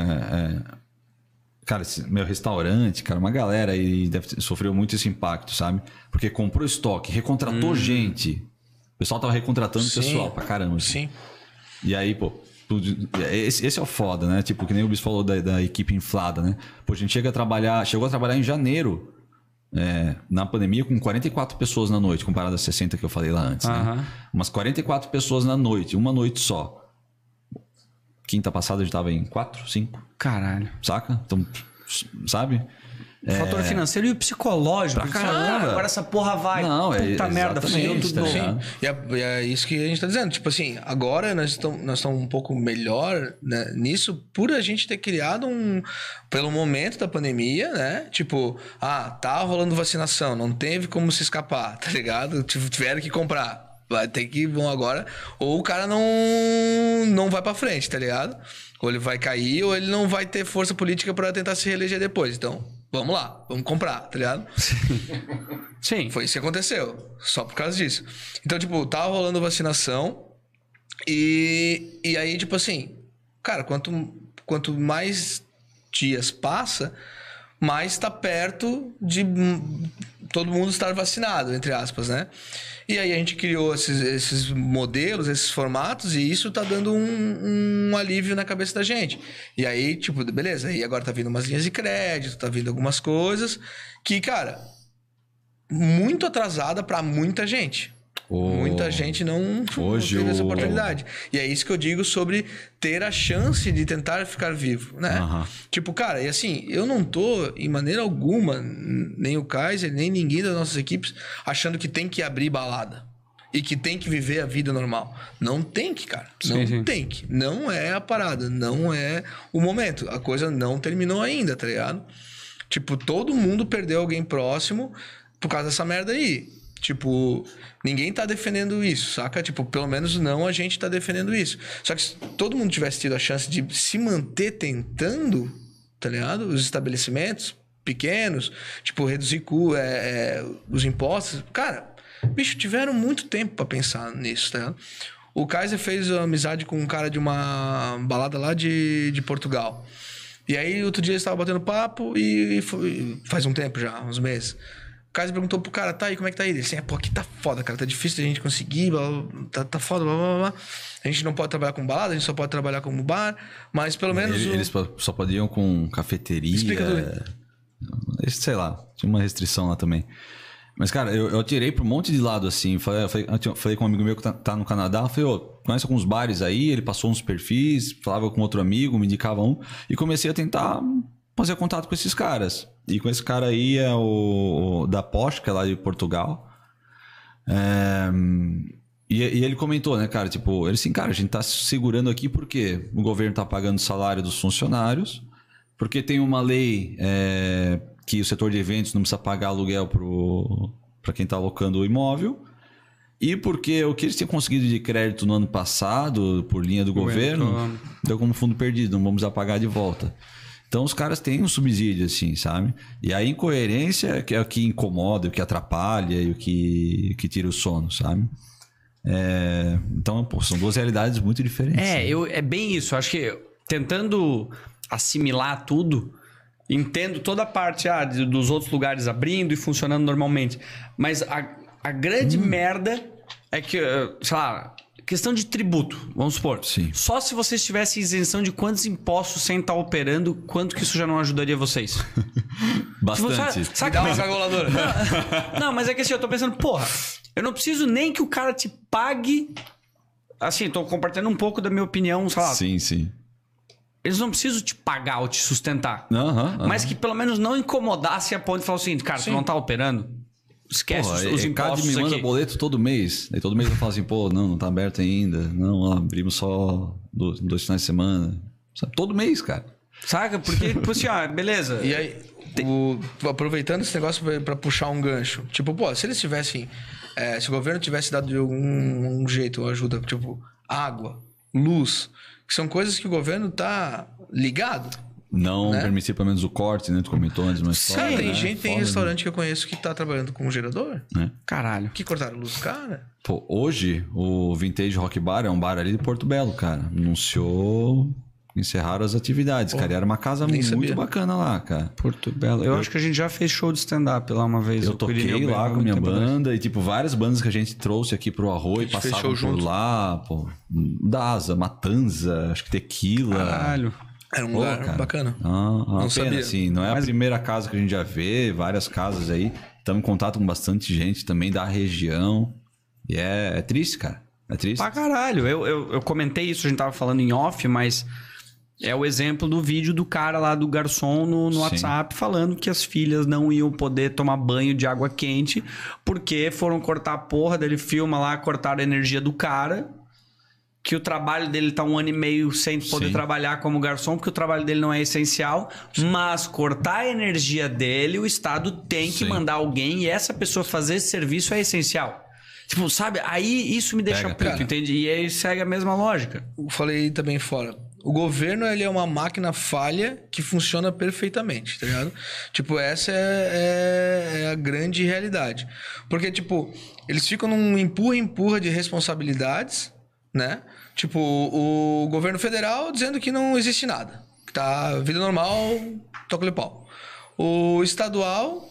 cara, meu restaurante, cara, uma galera aí sofreu muito esse impacto, sabe? Porque comprou estoque, recontratou gente. O pessoal tava recontratando o pessoal pra caramba. Sim. E aí, pô, esse é o foda, né? Tipo, que nem o Bis falou da equipe inflada, né? Pô, a gente chegou a trabalhar em janeiro, na pandemia, com 44 pessoas na noite, comparado às 60 que eu falei lá antes, né? Umas 44 pessoas na noite, uma noite só. Quinta passada a gente tava em 4, 5. Caralho. Saca? Então, sabe? O fator financeiro e o psicológico. Pra caramba. Agora essa porra vai. Não, puta merda, fudeu tudo novo. E é isso que a gente tá dizendo. Tipo assim, agora nós estamos um pouco melhor, né, nisso por a gente ter criado pelo momento da pandemia, né? Tipo, tá rolando vacinação, não teve como se escapar, tá ligado? Tiveram que comprar. Vai ter que vão agora. Ou o cara não vai pra frente, tá ligado? Ou ele vai cair, ou ele não vai ter força política pra tentar se reeleger depois. Então, vamos lá, vamos comprar, tá ligado? Sim. Foi isso que aconteceu. Só por causa disso. Então, tipo, tava rolando vacinação. E aí, tipo assim, cara, quanto mais dias passa, mais tá perto de todo mundo estar vacinado, entre aspas, né? E aí a gente criou esses modelos, esses formatos, e isso tá dando um alívio na cabeça da gente. E aí, tipo, beleza, e agora tá vindo umas linhas de crédito, tá vindo algumas coisas que, cara, muito atrasada pra muita gente. Muita gente não teve essa oportunidade. E é isso que eu digo sobre ter a chance de tentar ficar vivo, né? Tipo, cara, e assim, eu não tô em maneira alguma, nem o Kaiser, nem ninguém das nossas equipes, achando que tem que abrir balada e que tem que viver a vida normal. Não tem que, cara. Não tem que. Não é a parada, não é o momento. A coisa não terminou ainda, tá ligado? Tipo, todo mundo perdeu alguém próximo por causa dessa merda aí. Tipo, ninguém tá defendendo isso, saca? Tipo, pelo menos não a gente tá defendendo isso. Só que se todo mundo tivesse tido a chance de se manter tentando, tá ligado? Os estabelecimentos pequenos, tipo, reduzir os impostos. Cara, bicho, tiveram muito tempo pra pensar nisso, tá ligado? O Kaiser fez amizade com um cara de uma balada lá de Portugal. E aí, outro dia eles estavam batendo papo e faz um tempo já, uns meses. O Kaiser perguntou pro cara, tá aí, como é que tá aí? Ele disse, pô, aqui tá foda, cara, tá difícil a gente conseguir, tá foda, blá, blá, blá. A gente não pode trabalhar com balada, a gente só pode trabalhar como bar, mas pelo menos... Eles só podiam com cafeteria... Explica tudo. Sei lá, tinha uma restrição lá também. Mas, cara, eu tirei pra um monte de lado, assim. Falei com um amigo meu que tá no Canadá. Falei, conhece alguns bares aí? Ele passou uns perfis, falava com outro amigo, me indicava um. E comecei a tentar fazer contato com esses caras. E com esse cara aí é o da Porsche, que é lá de Portugal. E ele comentou, né, cara? Tipo, ele assim, cara, a gente tá se segurando aqui porque o governo tá pagando o salário dos funcionários, porque tem uma lei... que o setor de eventos não precisa pagar aluguel para quem está alocando o imóvel. E porque o que eles tinham conseguido de crédito no ano passado, por linha do governo, deu como fundo perdido, não vamos pagar de volta. Então os caras têm um subsídio, assim, sabe? E a incoerência que é o que incomoda, o que atrapalha e o que tira o sono, sabe? Então, pô, são duas realidades muito diferentes. É bem isso. Acho que tentando assimilar tudo... Entendo toda a parte dos outros lugares abrindo e funcionando normalmente. Mas a grande merda é que, sei lá, Questão de tributo, vamos supor. Sim. Só se vocês tivessem isenção de quantos impostos sem estar operando, quanto que isso já não ajudaria vocês? Bastante. Sabe Dá uma calculadora. Não, mas é que assim, eu tô pensando, porra, eu não preciso nem que o cara te pague. Assim, tô compartilhando um pouco da minha opinião, sei lá. Sim, sim. Eles não precisam te pagar ou te sustentar. Aham. Mas que pelo menos não incomodasse a ponto de falar o seguinte, cara, tu não tá operando? Esquece Porra, os cada impostos me manda aqui. boleto todo mês. Aí todo mês eu falo assim, pô, não tá aberto ainda. Não, ó, abrimos só 2 finais de semana. Sabe? Todo mês, cara. Saca? Porque, tipo assim, beleza. E aí, aproveitando esse negócio pra puxar um gancho. Tipo, pô, se eles tivessem... se o governo tivesse dado de algum jeito ajuda, tipo, água, luz, que são coisas que o governo tá ligado. Não Né? permitir pelo menos o corte, né? Tu comentou antes, mas Cara, tem né? gente, tem Foda, restaurante que eu conheço que tá trabalhando com um gerador. né? Caralho. Que cortaram a luz, cara. Pô, hoje, o Vintage Rock Bar é um bar ali de Porto Belo, cara. Anunciou... Encerraram as atividades, cara. E era uma casa nem muito sabia. bacana lá, cara. Porto Belo. Eu acho que a gente já fez show de stand-up lá uma vez. Eu toquei lá com a minha banda e, tipo, várias bandas que a gente trouxe aqui pro Arroio gente passavam fechou por junto. lá, pô. Daza, Matanza, acho que Tequila. Caralho. Era um Pô, lugar cara. bacana. Uma Não pena, sabia. assim. Não é a primeira casa que a gente já vê, várias casas aí. Estamos em contato com bastante gente também da região. E é triste, cara. É triste. Pra caralho. Eu comentei isso, a gente tava falando em off, mas... É o exemplo do vídeo do cara lá do garçom no Sim. WhatsApp falando que as filhas não iam poder tomar banho de água quente porque foram cortar a porra dele, filma lá, cortaram a energia do cara, que o trabalho dele tá 1 ano e meio sem poder Sim. trabalhar como garçom porque o trabalho dele não é essencial, mas cortar a energia dele, o Estado tem que Sim. mandar alguém e essa pessoa fazer esse serviço é essencial. Tipo, sabe? Aí isso me deixa Pega, puto, cara. entende? E aí segue a mesma lógica. Eu falei também fora. O governo, ele é uma máquina falha que funciona perfeitamente, tá ligado? Tipo, essa é a grande realidade. Porque, tipo, eles ficam num empurra-empurra de responsabilidades, né? Tipo, o governo federal dizendo que não existe nada. Que tá vida normal, toca-lhe pau. O estadual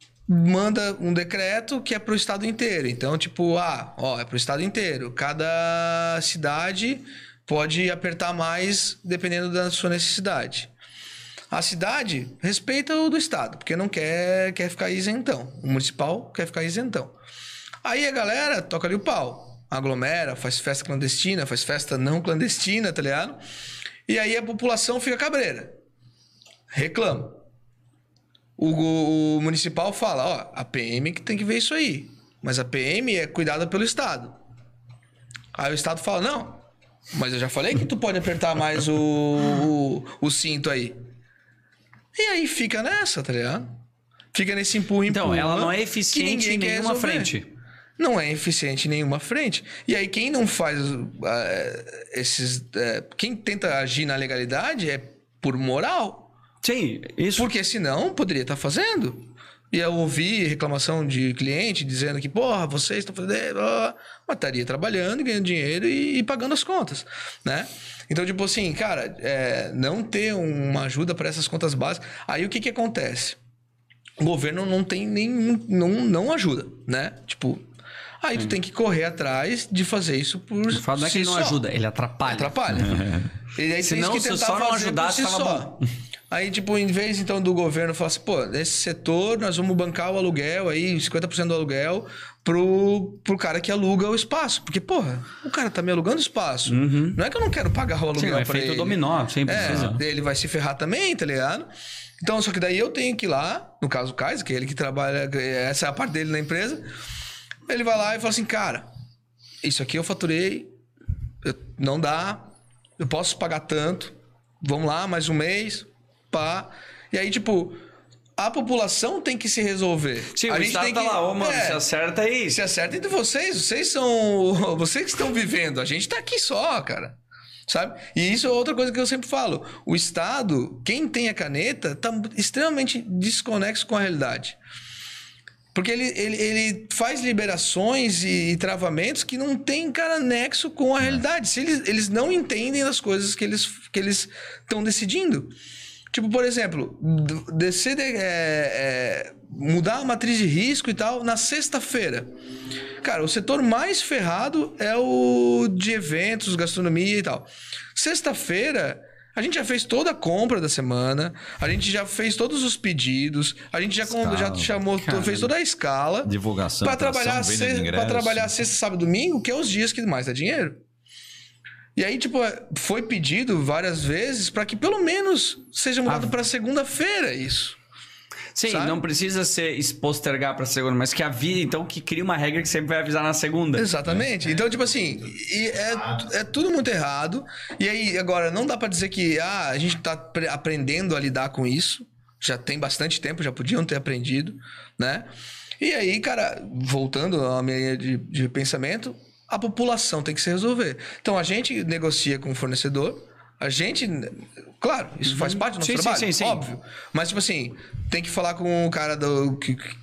manda um decreto que é pro estado inteiro. Então, tipo, é pro estado inteiro. Cada cidade pode apertar mais dependendo da sua necessidade. A cidade respeita o do estado, porque não quer ficar isentão. O municipal quer ficar isentão. Aí a galera toca ali o pau. Aglomera, faz festa clandestina, faz festa não clandestina, tá ligado? E aí a população fica cabreira. Reclama. O municipal fala, a PM que tem que ver isso aí. Mas a PM é cuidada pelo estado. Aí o estado fala, não, mas eu já falei que tu pode apertar mais o cinto aí. E aí fica nessa, tá ligado? Fica nesse empurra. Então, ela não é que eficiente ninguém em quer nenhuma resolver. frente. Não é eficiente em nenhuma frente. E aí quem não faz quem tenta agir na legalidade é por moral. Sim, isso. Porque senão poderia estar fazendo. E eu ouvi reclamação de cliente dizendo que, porra, vocês estão fazendo... Mas estaria trabalhando, ganhando dinheiro e pagando as contas, né? Então, tipo assim, cara, não ter uma ajuda para essas contas básicas... Aí o que acontece? O governo não tem nenhum... Não ajuda, né? Tipo... Aí tu tem que correr atrás de fazer isso por O fato não é que ele não ajuda, ele atrapalha. Atrapalha. E aí Senão, tem que se tentar só não fazer ajudasse, por si tava só. bom. Aí, tipo, em vez, então, do governo falar assim, pô, nesse setor nós vamos bancar o aluguel aí, 50% do aluguel pro cara que aluga o espaço. Porque, porra, o cara tá me alugando espaço. Não é que eu não quero pagar o aluguel Sim, é pra feito ele. dominó, sempre precisa. Ele vai se ferrar também, tá ligado? Então, só que daí eu tenho que ir lá, no caso o Kaiser, que é ele que trabalha, essa é a parte dele na empresa, ele vai lá e fala assim, cara, isso aqui eu faturei, não dá, eu posso pagar tanto, vamos lá, mais um mês, pá. E aí, tipo, a população tem que se resolver. Sim, a o gente Estado tem tá que, lá, ô mano, se acerta aí. se acerta entre vocês são vocês que estão vivendo, a gente tá aqui só, cara. Sabe? E isso é outra coisa que eu sempre falo. O Estado, quem tem a caneta, tá extremamente desconexo com a realidade. Porque ele faz liberações e travamentos que não tem, cara, nexo com a realidade. Se eles não entendem das coisas que eles estão decidindo. Tipo, por exemplo, mudar a matriz de risco e tal na sexta-feira. Cara, o setor mais ferrado é o de eventos, gastronomia e tal. Sexta-feira, a gente já fez toda a compra da semana, a gente já fez todos os pedidos, a gente já chamou, fez toda a escala. Divulgação, para trabalhar ingresso. sexta, sábado e domingo, que é os dias que mais dá dinheiro. E aí, tipo, foi pedido várias vezes para que pelo menos seja mudado para segunda-feira isso. Sim, sabe? não precisa ser postergar pra segunda, mas que avise, então que cria uma regra que sempre vai avisar na segunda. Exatamente. Então, tipo assim, é tudo muito errado. E aí, agora, não dá pra dizer que a gente tá aprendendo a lidar com isso. Já tem bastante tempo, já podiam ter aprendido, né? E aí, cara, voltando à minha linha de pensamento, a população tem que se resolver. Então, a gente negocia com o fornecedor, a gente... Claro, isso faz parte do nosso trabalho, sim. Óbvio. Mas, tipo assim, tem que falar com o cara do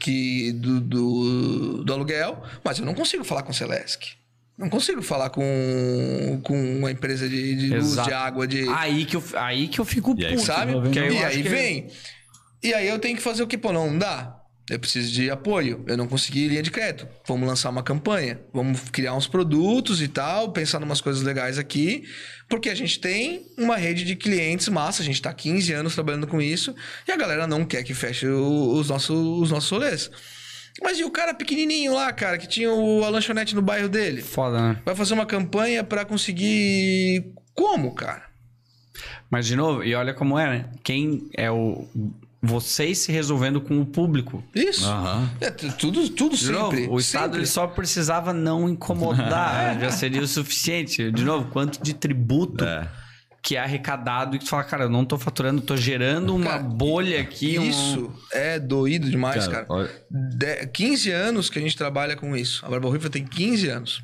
aluguel, mas eu não consigo falar com o Celesc. Não consigo falar com uma empresa de luz, de água, de... Aí que eu fico puto, sabe? E aí vem. E aí eu tenho que fazer o quê? Pô, não dá. Eu preciso de apoio. Eu não consegui linha de crédito. Vamos lançar uma campanha. Vamos criar uns produtos e tal. Pensar em umas coisas legais aqui. Porque a gente tem uma rede de clientes massa. A gente tá há 15 anos trabalhando com isso. E a galera não quer que feche os nossos rolês. Mas e o cara pequenininho lá, cara, que tinha a lanchonete no bairro dele? Foda, né? Vai fazer uma campanha pra conseguir... Como, cara? Mas, de novo, e olha como é, né? Quem é vocês se resolvendo com o público. Isso. É tudo De sempre. novo, o Estado ele só precisava não incomodar. Já seria o suficiente. De novo, quanto de tributo que é arrecadado e que tu fala, cara, eu não tô faturando, tô gerando uma bolha aqui. Isso é doído demais, cara. 15 anos que a gente trabalha com isso. A Barba Ruiva tem 15 anos.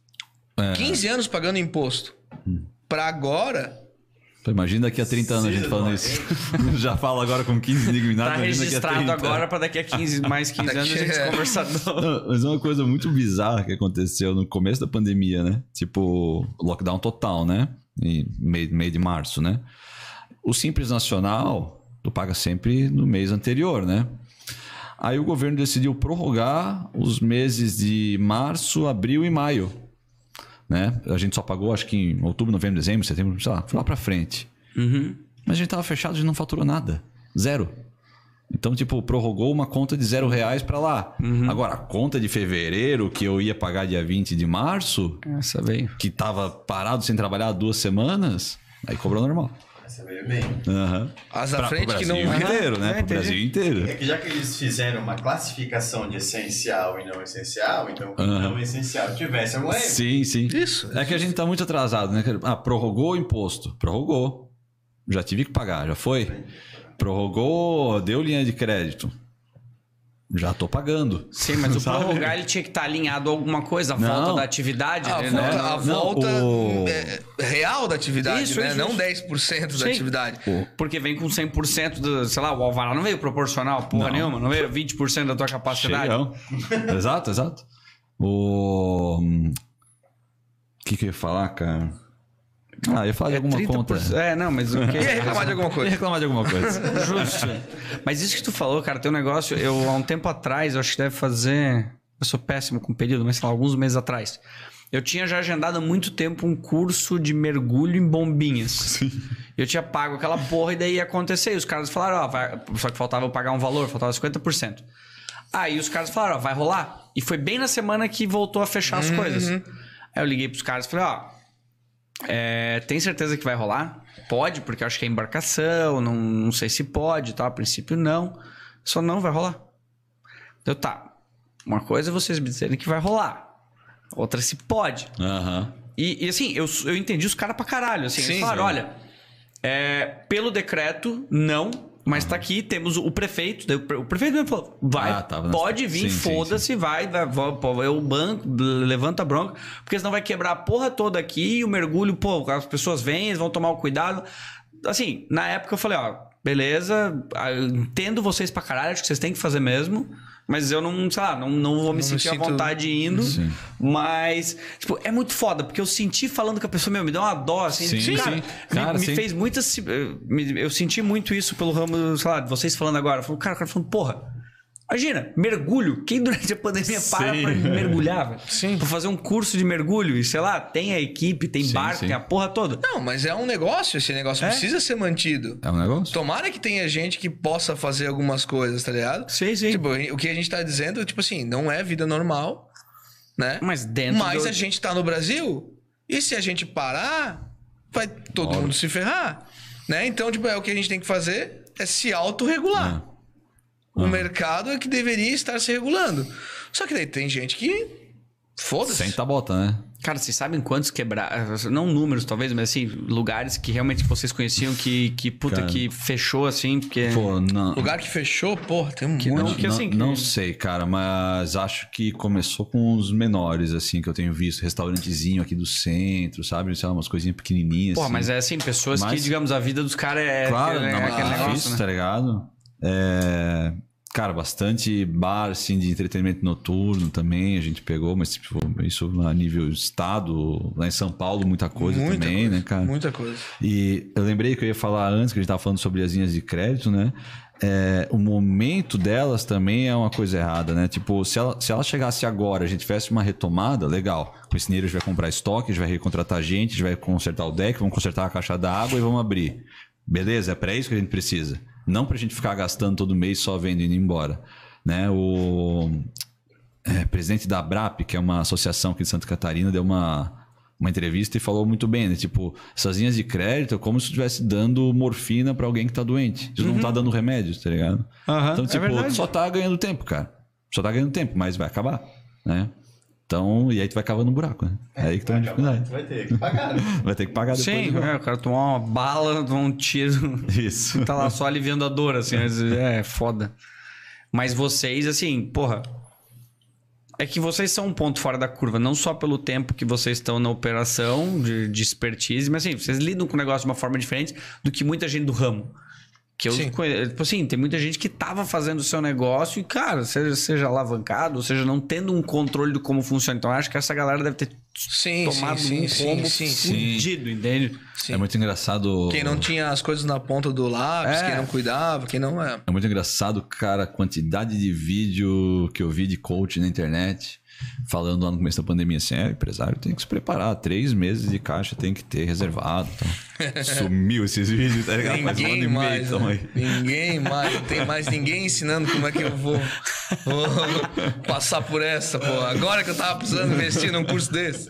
15 anos pagando imposto. Pra agora... Imagina daqui a 30 anos a gente falando isso. Já fala agora com 15 indignados. Tá registrado agora para daqui a mais 15 anos a gente conversar. Não, mas é uma coisa muito bizarra que aconteceu no começo da pandemia, né? Tipo, lockdown total, né? Em meio de março, né? O Simples Nacional, tu paga sempre no mês anterior, né? Aí o governo decidiu prorrogar os meses de março, abril e maio. Né? A gente só pagou, acho que em outubro, novembro, dezembro, setembro, sei lá, foi lá pra frente. Mas a gente tava fechado, a gente não faturou nada. Zero. Então, tipo, prorrogou uma conta de R$0 pra lá. Agora, a conta de fevereiro, que eu ia pagar dia 20 de março, essa veio. que tava parado sem trabalhar 2 semanas, aí cobrou normal. Essa veio bem. As da frente que não... Pro Brasil inteiro, né? Pro Brasil inteiro. É que já que eles fizeram uma classificação de essencial e não essencial, então o não essencial tivesse algum erro. Sim. Isso. É que a gente tá muito atrasado, né? Prorrogou o imposto. Prorrogou. Já tive que pagar, já foi. Prorrogou, deu linha de crédito. Já tô pagando. Sim, mas o prorrogar ele tinha que estar alinhado a alguma coisa, a volta da atividade. A volta real da atividade, Isso, né? isso. Não 10% da atividade. Porque vem com 100% do, sei lá, o alvará não veio proporcional, porra nenhuma, não veio 20% da tua capacidade. Exato. O que eu ia falar, cara? Ia falar de alguma 30%. Conta. Mas o que? Ia reclamar de alguma coisa. Ia reclamar de alguma coisa. Justo. Mas isso que tu falou, cara, tem um negócio... Há um tempo atrás, eu acho que deve fazer... Eu sou péssimo com período, mas sei lá, alguns meses atrás. Eu tinha já agendado há muito tempo um curso de mergulho em bombinhas. Sim. Eu tinha pago aquela porra e daí ia acontecer. E os caras falaram, só que faltava eu pagar um valor, faltava 50%. Aí os caras falaram, vai rolar. E foi bem na semana que voltou a fechar as coisas. Aí eu liguei pros caras e falei, tem certeza que vai rolar? Pode, porque eu acho que é embarcação, não sei se pode, tá? A princípio não. Só não vai rolar. Então tá. Uma coisa é vocês me dizerem que vai rolar. Outra se pode. E assim, eu entendi os caras pra caralho. Assim, eles falaram, olha, pelo decreto, não. Mas tá aqui, temos o prefeito. Daí o prefeito mesmo falou, pode vir, foda-se, vai, o banco, levanta a bronca, porque senão vai quebrar a porra toda aqui e o mergulho, as pessoas vêm, eles vão tomar o cuidado. Assim, na época eu falei, beleza, eu entendo vocês pra caralho, acho que vocês têm que fazer mesmo, mas eu não, sei lá, não vou me sentir à vontade indo. Sim. Mas, tipo, é muito foda, porque eu senti falando com a pessoa, me deu uma dó, assim. Me fez muitas... Eu senti muito isso pelo ramo, sei lá, de vocês falando agora. O cara falando, porra, Imagina, mergulho. Quem durante a pandemia para pra mergulhar, velho? Sim. Pra fazer um curso de mergulho e, sei lá, tem a equipe, tem barco, tem a porra toda. Não, mas é um negócio, esse negócio precisa ser mantido. É um negócio. Tomara que tenha gente que possa fazer algumas coisas, tá ligado? Sim. Tipo, o que a gente tá dizendo, tipo assim, não é vida normal, né? Mas dentro Mas a gente tá no Brasil, e se a gente parar, vai todo mundo se ferrar, né? Então, tipo, o que a gente tem que fazer é se autorregular. O mercado é que deveria estar se regulando. Só que daí tem gente que... Foda-se. Senta a bota, né? Cara, vocês sabem quantos quebraram? Não números, talvez, mas assim, lugares que realmente vocês conheciam que puta, Cara. que fechou assim, porque... Pô, não. Lugar que fechou, porra, tem um Que monte. não- que assim, Não sei, cara, mas acho que começou com os menores, assim, que eu tenho visto. Restaurantezinho aqui do centro, sabe? Sei lá, umas coisinhas pequenininhas. Pô, assim. mas é assim, pessoas que, Mas- digamos, a vida dos caras é... Claro, é não, mas aquele é negócio, difícil, né? tá ligado? Cara, bastante bar, assim, de entretenimento noturno também a gente pegou, mas tipo, isso a nível estado, lá em São Paulo, muita coisa também, né, cara? Muita coisa. E eu lembrei que eu ia falar antes, que a gente tava falando sobre as linhas de crédito, né? O momento delas também é uma coisa errada, né? Tipo, se ela chegasse agora, a gente tivesse uma retomada, legal. Com esse dinheiro a gente vai comprar estoque, a gente vai recontratar gente, a gente vai consertar o deck, vamos consertar a caixa d'água e vamos abrir. Beleza? É para isso que a gente precisa. Não pra gente ficar gastando todo mês só vendo e indo embora. Né? O presidente da ABRAP, que é uma associação aqui de Santa Catarina, deu uma entrevista e falou muito bem, né? Tipo, essas linhas de crédito é como se estivesse dando morfina pra alguém que tá doente. Isso não tá dando remédio, tá ligado? Então, é tipo, verdade. só tá ganhando tempo, cara. Só tá ganhando tempo, mas vai acabar, né? Então, e aí tu vai cavando um buraco, né? É aí que tá a dificuldade. Vai ter que pagar, né? Vai ter que pagar depois. Sim, igual. o cara tomar uma bala, tomar um tiro... Isso. Tá lá só aliviando a dor, assim, mas é foda. Mas vocês, assim, porra... É que vocês são um ponto fora da curva, não só pelo tempo que vocês estão na operação de expertise, mas assim, vocês lidam com o negócio de uma forma diferente do que muita gente do ramo. Que eu Sim. conheço, tipo assim, tem muita gente que tava fazendo o seu negócio e, cara, seja alavancado, ou seja, não tendo um controle de como funciona. Então, eu acho que essa galera deve ter tomado um combo fudido, entende? É muito engraçado. Quem não tinha as coisas na ponta do lápis, quem não cuidava, quem não... É muito engraçado, cara, a quantidade de vídeo que eu vi de coach na internet falando lá no começo da pandemia assim, o empresário tem que se preparar, 3 meses de caixa tem que ter reservado. Então. Sumiu esses vídeos, tá ligado? Faz um ano Ninguém e mais, meio, toma aí. ninguém mais, não tem mais ninguém ensinando como é que eu vou passar por essa, pô. Agora que eu tava precisando investir num curso desse.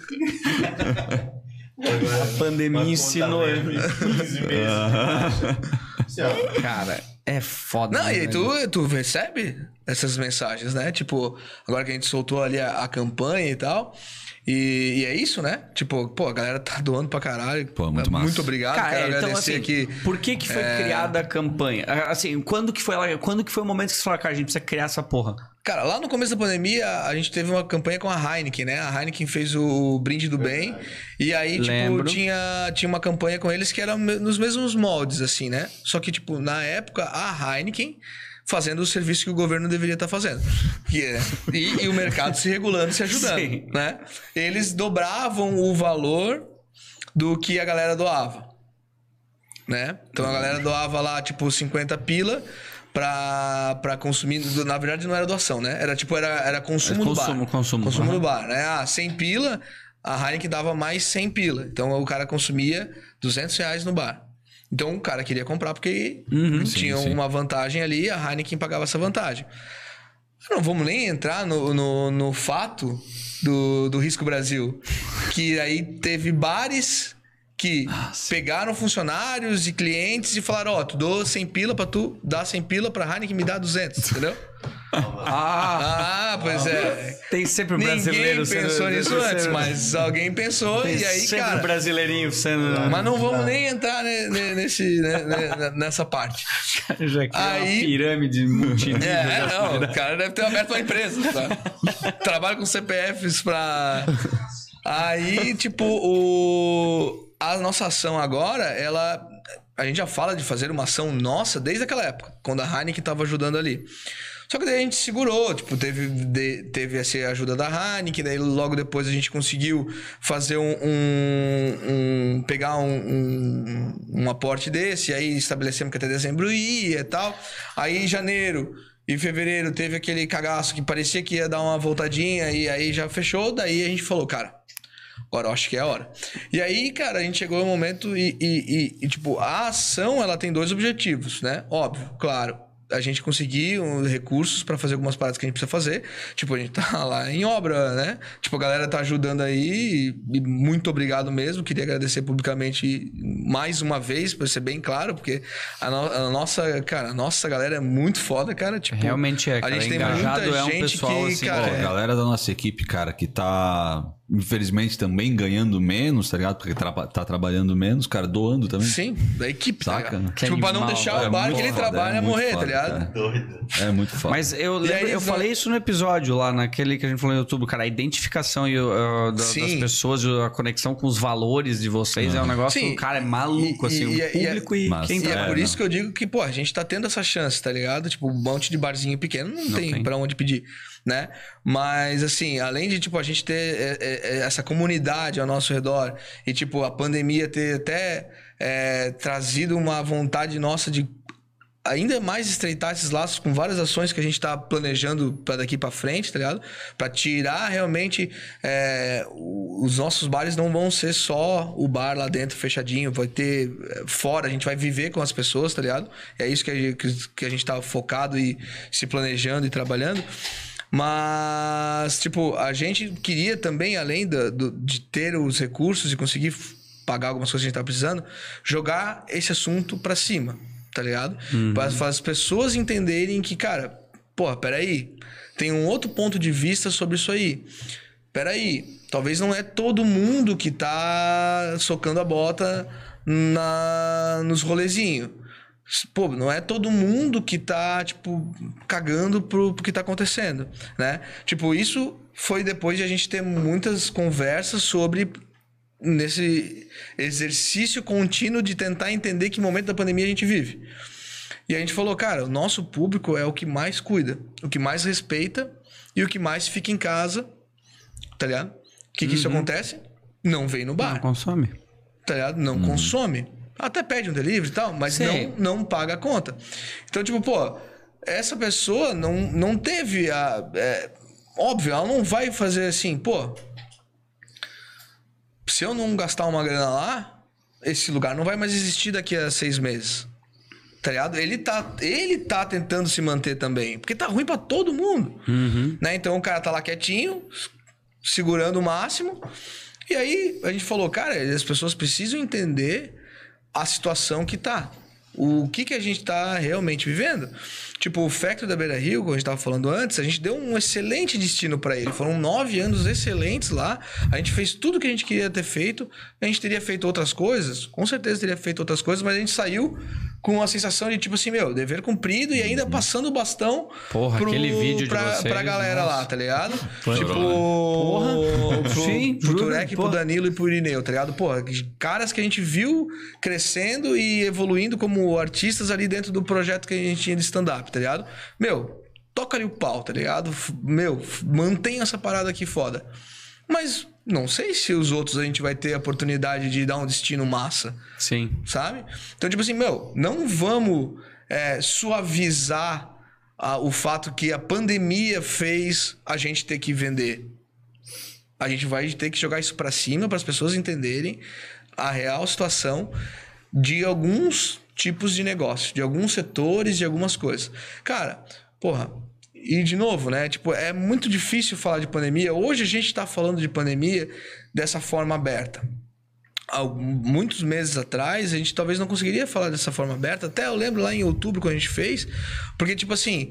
A pandemia ensinou. 15 meses. Assim, ó, Cara, é foda. Não, né, e aí velho? tu recebe essas mensagens, né? Tipo, agora que a gente soltou ali a campanha e tal. E é isso, né? Tipo, pô, a galera tá doando pra caralho. Pô, muito massa. Muito obrigado. Cara, Quero então agradecer assim, aqui. por que foi criada a campanha? Assim, quando que foi o momento que você falou, cara, a gente precisa criar essa porra? Cara, lá no começo da pandemia, a gente teve uma campanha com a Heineken, né? A Heineken fez o Brinde do Bem. E aí, tipo, Lembro. tinha uma campanha com eles que era nos mesmos moldes, assim, né? Só que, tipo, na época, a Heineken fazendo o serviço que o governo deveria estar fazendo. E o mercado se regulando, se ajudando, Sim. né? Eles dobravam o valor do que a galera doava, né? Então, a galera doava lá, tipo, 50 pila... Pra consumir, na verdade não era doação, né? Era tipo, era consumo do bar. Consumo Do bar, né? 100 pila, a Heineken dava mais 100 pila. Então o cara consumia R$200 no bar. Então o cara queria comprar porque tinha sim. uma vantagem ali, a Heineken pagava essa vantagem. Não vamos nem entrar no fato do Risco Brasil, que aí teve bares que pegaram funcionários e clientes e falaram, ó, tu dou 100 pila pra tu dar 100 pila pra Heineken me dá 200, entendeu? Pois é. Tem sempre um Ninguém brasileiro pensou nisso antes, mas alguém pensou tem e aí, sempre cara... um brasileirinho sendo... Mas não vamos nem entrar nessa parte. Já que é uma Aí- pirâmide multinível. Não, o cara deve ter aberto uma empresa, tá? Trabalha com CPFs pra... Aí, tipo, a nossa ação agora, a gente já fala de fazer uma ação nossa desde aquela época, quando a Heineken tava ajudando ali. Só que daí a gente segurou, tipo, teve essa ajuda da Heineken, daí logo depois a gente conseguiu fazer pegar um aporte desse, e aí estabelecemos que até dezembro ia e tal. Aí em janeiro Em fevereiro teve aquele cagaço que parecia que ia dar uma voltadinha e aí já fechou. Daí a gente falou, cara, agora eu acho que é a hora. E aí, cara, a gente chegou no momento e tipo, a ação, ela tem 2 objetivos, né? Óbvio, claro. A gente conseguir recursos pra fazer algumas paradas que a gente precisa fazer. Tipo, a gente tá lá em obra, né? Tipo, a galera tá ajudando aí e muito obrigado mesmo. Queria agradecer publicamente mais uma vez, pra ser bem claro, porque a nossa, cara, a nossa galera é muito foda, cara. Tipo, realmente é, cara. A gente tem Engajado muita é um gente pessoal, que, assim, cara... A galera da nossa equipe, cara, que tá, infelizmente, também ganhando menos, tá ligado? Porque tá trabalhando menos, cara, doando também. Sim, da equipe, tá Saca? ligado? Que Tipo, pra não animal, deixar é o bar muito que ele foda, trabalha é muito morrer, foda, tá ligado? cara. Doido. É muito foda. Mas eu E aí lembro, eu eles falei isso no episódio lá, naquele que a gente falou no YouTube, cara, a identificação das Sim. pessoas, a conexão com os valores de vocês é um negócio, Sim. cara, é maluco, assim, o público e Mas- quem E tá. é por isso que eu digo que, pô, a gente tá tendo essa chance, tá ligado? Tipo, um monte de barzinho pequeno não tem pra onde pedir, né? Mas, assim, além de, tipo, a gente ter essa comunidade ao nosso redor e, tipo, a pandemia ter até trazido uma vontade nossa de ainda mais estreitar esses laços com várias ações que a gente tá planejando pra daqui pra frente, tá ligado? Pra tirar realmente os nossos bares não vão ser só o bar lá dentro fechadinho, vai ter fora, a gente vai viver com as pessoas, tá ligado? É isso que a gente tá focado e se planejando e trabalhando. Mas, tipo, a gente queria também, além de ter os recursos e conseguir pagar algumas coisas que a gente tá precisando, jogar esse assunto pra cima, tá ligado? Para as pessoas entenderem que, cara, porra, peraí, tem um outro ponto de vista sobre isso aí. Peraí, talvez não é todo mundo que tá socando a bota nos rolezinhos. Pô, não é todo mundo que tá, tipo, cagando pro que tá acontecendo, né? Tipo, isso foi depois de a gente ter muitas conversas sobre nesse exercício contínuo de tentar entender que momento da pandemia a gente vive. E a gente falou, cara, o nosso público é o que mais cuida, o que mais respeita e o que mais fica em casa, tá ligado? O que isso acontece? Não vem no bar. Não consome. Tá ligado? Não consome. Até pede um delivery e tal, mas não paga a conta. Então, tipo, pô, essa pessoa não teve óbvio, ela não vai fazer assim, pô, se eu não gastar uma grana lá, esse lugar não vai mais existir daqui a 6 meses. Tá ligado? Ele tá tentando se manter também. Porque tá ruim pra todo mundo. Né? Então o cara tá lá quietinho, segurando o máximo. E aí a gente falou, cara, as pessoas precisam entender a situação que tá. O que a gente tá realmente vivendo. Tipo, o Factory da Beira Rio, como a gente tava falando antes, a gente deu um excelente destino pra ele. Foram 9 anos excelentes lá. A gente fez tudo que a gente queria ter feito. A gente teria feito outras coisas. Com certeza teria feito outras coisas, mas a gente saiu com uma sensação de tipo assim, meu, dever cumprido e ainda passando o bastão aquele vídeo pra vocês, galera lá, tá ligado? Tipo, Sim, pro juro, Turek, pro Danilo e pro Irineu, tá ligado? Porra, caras que a gente viu crescendo e evoluindo como artistas ali dentro do projeto que a gente tinha de stand-up, tá ligado? Meu, toca ali o pau, tá ligado? Meu, mantém essa parada aqui foda. Mas não sei se os outros a gente vai ter a oportunidade de dar um destino massa. Sim. Sabe? Então, tipo assim, meu, não vamos suavizar o fato que a pandemia fez a gente ter que vender. A gente vai ter que jogar isso pra cima para as pessoas entenderem a real situação de alguns tipos de negócio, de alguns setores, de algumas coisas. Cara, porra, e de novo, né? Tipo, é muito difícil falar de pandemia. Hoje a gente tá falando de pandemia dessa forma aberta. Há muitos meses atrás, a gente talvez não conseguiria falar dessa forma aberta. Até eu lembro lá em outubro, quando a gente fez. Porque, tipo assim,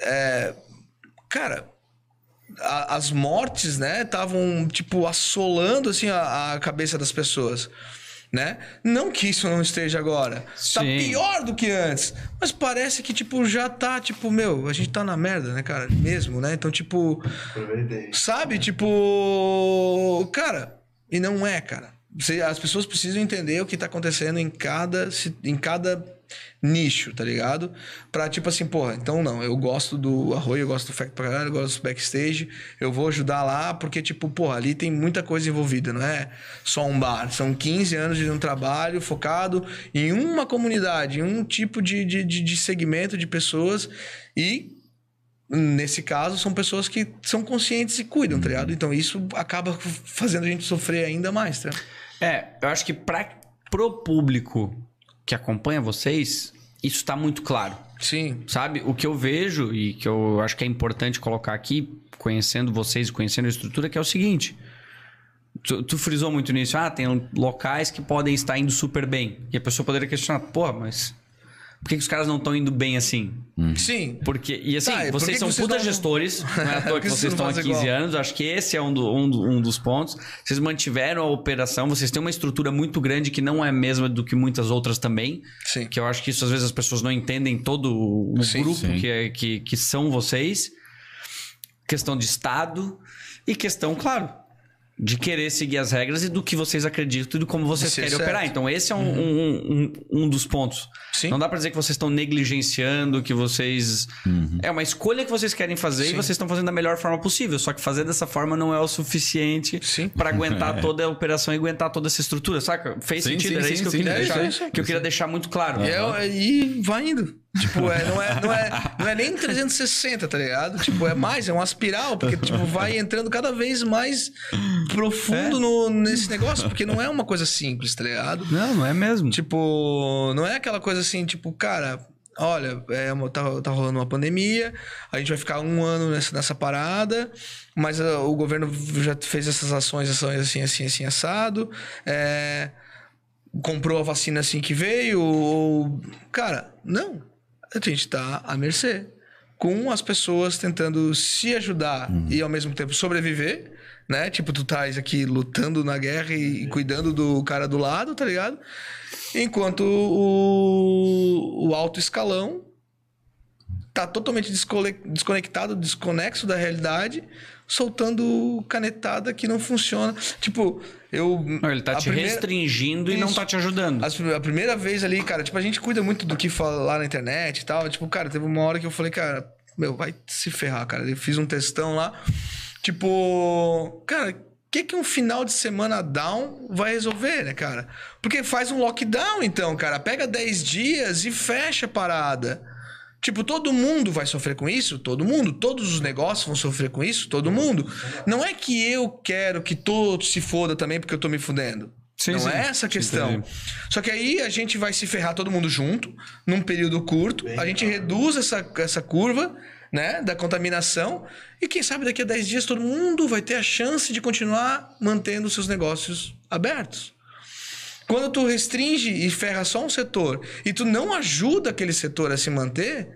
cara, as mortes, né, estavam, tipo, assolando, assim, a cabeça das pessoas. Né? Não que isso não esteja agora. Sim. Tá pior do que antes. Mas parece que, tipo, já tá, tipo, meu, a gente tá na merda, né, cara? Mesmo, né? Então, tipo... Sabe? Tipo... Cara, e não é, cara. As pessoas precisam entender o que tá acontecendo em cada nicho, tá ligado? Pra, tipo assim, porra, então não, eu gosto do Arroio, eu gosto do Fact pra caralho, eu gosto do Backstage, eu vou ajudar lá, porque, tipo, porra, ali tem muita coisa envolvida, não é só um bar. São 15 anos de um trabalho focado em uma comunidade, em um tipo de segmento de pessoas e nesse caso, são pessoas que são conscientes e cuidam, tá ligado? Então isso acaba fazendo a gente sofrer ainda mais, tá? Eu acho que pro público que acompanha vocês, isso tá muito claro. Sim. Sabe? O que eu vejo e que eu acho que é importante colocar aqui, conhecendo vocês e conhecendo a estrutura, que é o seguinte. Tu frisou muito nisso. Tem locais que podem estar indo super bem. E a pessoa poderia questionar, mas por que os caras não estão indo bem assim? Sim. Porque, e assim, vocês são vocês puta não... gestores, não é à toa que vocês estão há 15 anos. Acho que esse é um dos pontos. Vocês mantiveram a operação, vocês têm uma estrutura muito grande que não é a mesma do que muitas outras também. Sim. Que eu acho que isso às vezes as pessoas não entendem todo o grupo que são vocês. Questão de Estado e questão, claro, de querer seguir as regras e do que vocês acreditam e de como vocês querem operar. Então, esse é um dos pontos. Sim. Não dá pra dizer que vocês estão negligenciando, que vocês... É uma escolha que vocês querem fazer e vocês estão fazendo da melhor forma possível. Só que fazer dessa forma não é o suficiente pra aguentar toda a operação e aguentar toda essa estrutura, saca? Fez sentido? Era isso que eu queria deixar. Que eu queria deixar muito claro. E vai indo. Tipo, não é nem 360, tá ligado? Tipo, é uma espiral, porque tipo, vai entrando cada vez mais profundo nesse negócio, porque não é uma coisa simples, tá ligado? Não é mesmo. Tipo, não é aquela coisa assim, tipo, cara, olha, tá rolando uma pandemia, a gente vai ficar 1 ano nessa parada, mas o governo já fez essas ações assim, assado, comprou a vacina assim que veio, cara, não. A gente tá à mercê, com as pessoas tentando se ajudar e ao mesmo tempo sobreviver, né? Tipo, tu tá aqui lutando na guerra e cuidando do cara do lado, tá ligado? Enquanto o alto escalão tá totalmente desconectado, desconexo da realidade, soltando canetada que não funciona. Tipo, ele tá te restringindo e não tá te ajudando. A primeira vez ali, cara, tipo, a gente cuida muito do que falar na internet e tal. Tipo, cara, teve uma hora que eu falei, cara, vai se ferrar, cara. Eu fiz um textão lá. Tipo, cara, o que um final de semana down vai resolver, né, cara? Porque faz um lockdown, então, cara. Pega 10 dias e fecha a parada. Tipo, todo mundo vai sofrer com isso? Todo mundo. Todos os negócios vão sofrer com isso? Todo mundo. Não é que eu quero que todo se foda também porque eu tô me fudendo. Não é essa a questão. Só que aí a gente vai se ferrar todo mundo junto, num período curto. A gente reduz essa curva, né, da contaminação. E quem sabe daqui a 10 dias todo mundo vai ter a chance de continuar mantendo seus negócios abertos. Quando tu restringe e ferra só um setor e tu não ajuda aquele setor a se manter,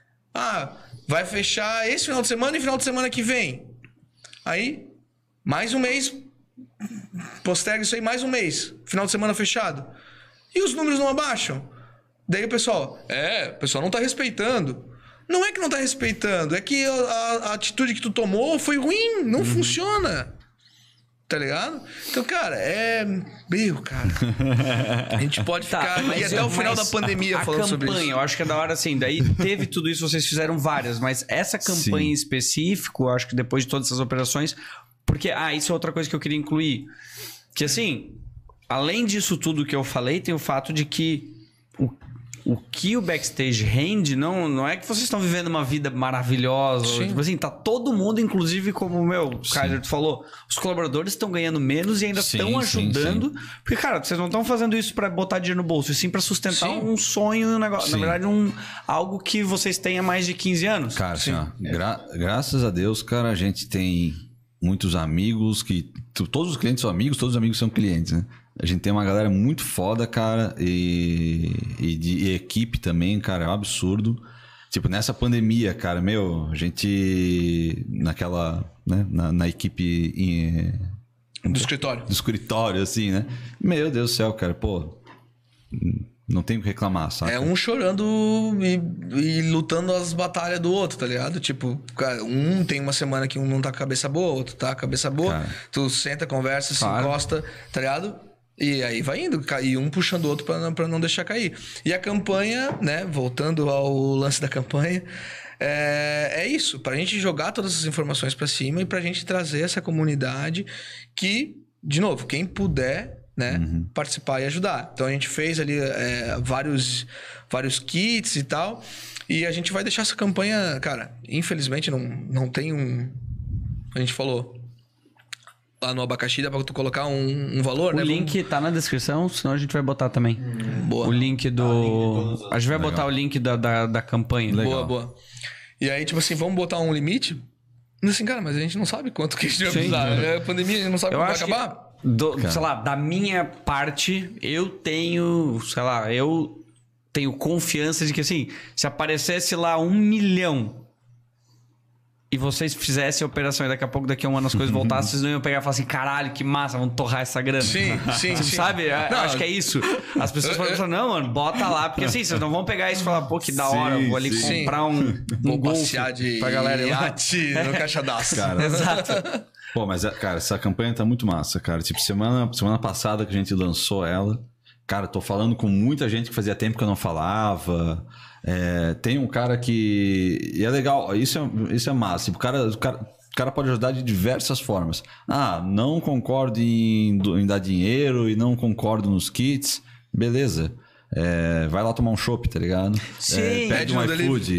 vai fechar esse final de semana e final de semana que vem. Aí, mais um mês, posterga isso aí mais um mês, final de semana fechado. E os números não abaixam. Daí o pessoal não tá respeitando. Não é que não tá respeitando, é que a atitude que tu tomou foi ruim, não funciona. Tá ligado? Então, cara, cara. A gente pode ficar aqui até o final da pandemia falando sobre isso. Eu acho que é da hora, assim, daí teve tudo isso, vocês fizeram várias, mas essa campanha em específico, eu acho que depois de todas essas operações, porque, isso é outra coisa que eu queria incluir, que assim, além disso tudo que eu falei, tem o fato de que o que o backstage rende não é que vocês estão vivendo uma vida maravilhosa. Tipo assim, tá todo mundo, inclusive, como o Kaiser falou, os colaboradores estão ganhando menos e ainda estão ajudando. Porque, cara, vocês não estão fazendo isso pra botar dinheiro no bolso, e sim pra sustentar um sonho, um negócio. Na verdade, algo que vocês têm há mais de 15 anos. Cara, assim, graças a Deus, cara, a gente tem muitos amigos que... Todos os clientes são amigos, todos os amigos são clientes, né? A gente tem uma galera muito foda, cara, e de equipe também, cara, é um absurdo. Tipo, nessa pandemia, cara, a gente naquela, né, na equipe... Do escritório. Do escritório, assim, né? Meu Deus do céu, cara, não tem o que reclamar, sabe? É um chorando e lutando as batalhas do outro, tá ligado? Tipo, cara, um tem uma semana que um não tá com a cabeça boa, outro tá com a cabeça boa. Cara. Tu senta, conversa, se encosta, tá ligado? E aí vai indo, e um puxando o outro pra não deixar cair. E a campanha, né? Voltando ao lance da campanha, é isso. Pra gente jogar todas essas informações pra cima e pra gente trazer essa comunidade que, de novo, quem puder, né, participar e ajudar. Então a gente fez ali vários kits e tal. E a gente vai deixar essa campanha, cara, infelizmente não tem um... A gente falou... Lá no abacaxi dá pra tu colocar um valor, O né? link tá na descrição, senão a gente vai botar também. Boa. O link do... A gente vai botar o link da campanha. Boa. E aí, tipo assim, vamos botar um limite? Assim, cara, mas a gente não sabe quanto que a gente vai precisar. É a pandemia, a gente não sabe quando vai acabar. Sei lá, da minha parte, eu tenho confiança de que, assim, se aparecesse lá 1 milhão e vocês fizessem a operação e daqui a pouco, daqui a um ano, as coisas voltassem, vocês não iam pegar e falar assim, caralho, que massa, vamos torrar essa grana. Sim. Sabe? Eu acho que é isso. As pessoas falam, não, mano, bota lá, porque assim, vocês não vão pegar isso e falar, pô, que da hora, eu vou ali comprar um Vou Golf passear de pra galera ir lá. iate no caixa d'água. Cara. Exato. Pô, mas, cara, essa campanha tá muito massa, cara. Tipo, semana passada que a gente lançou ela, cara, tô falando com muita gente que fazia tempo que eu não falava. Tem um cara que... E é legal, isso é massa. O cara pode ajudar de diversas formas. Não concordo em dar dinheiro e não concordo nos kits. Beleza. Vai lá tomar um chopp, tá ligado? Sim. Pede um iFood.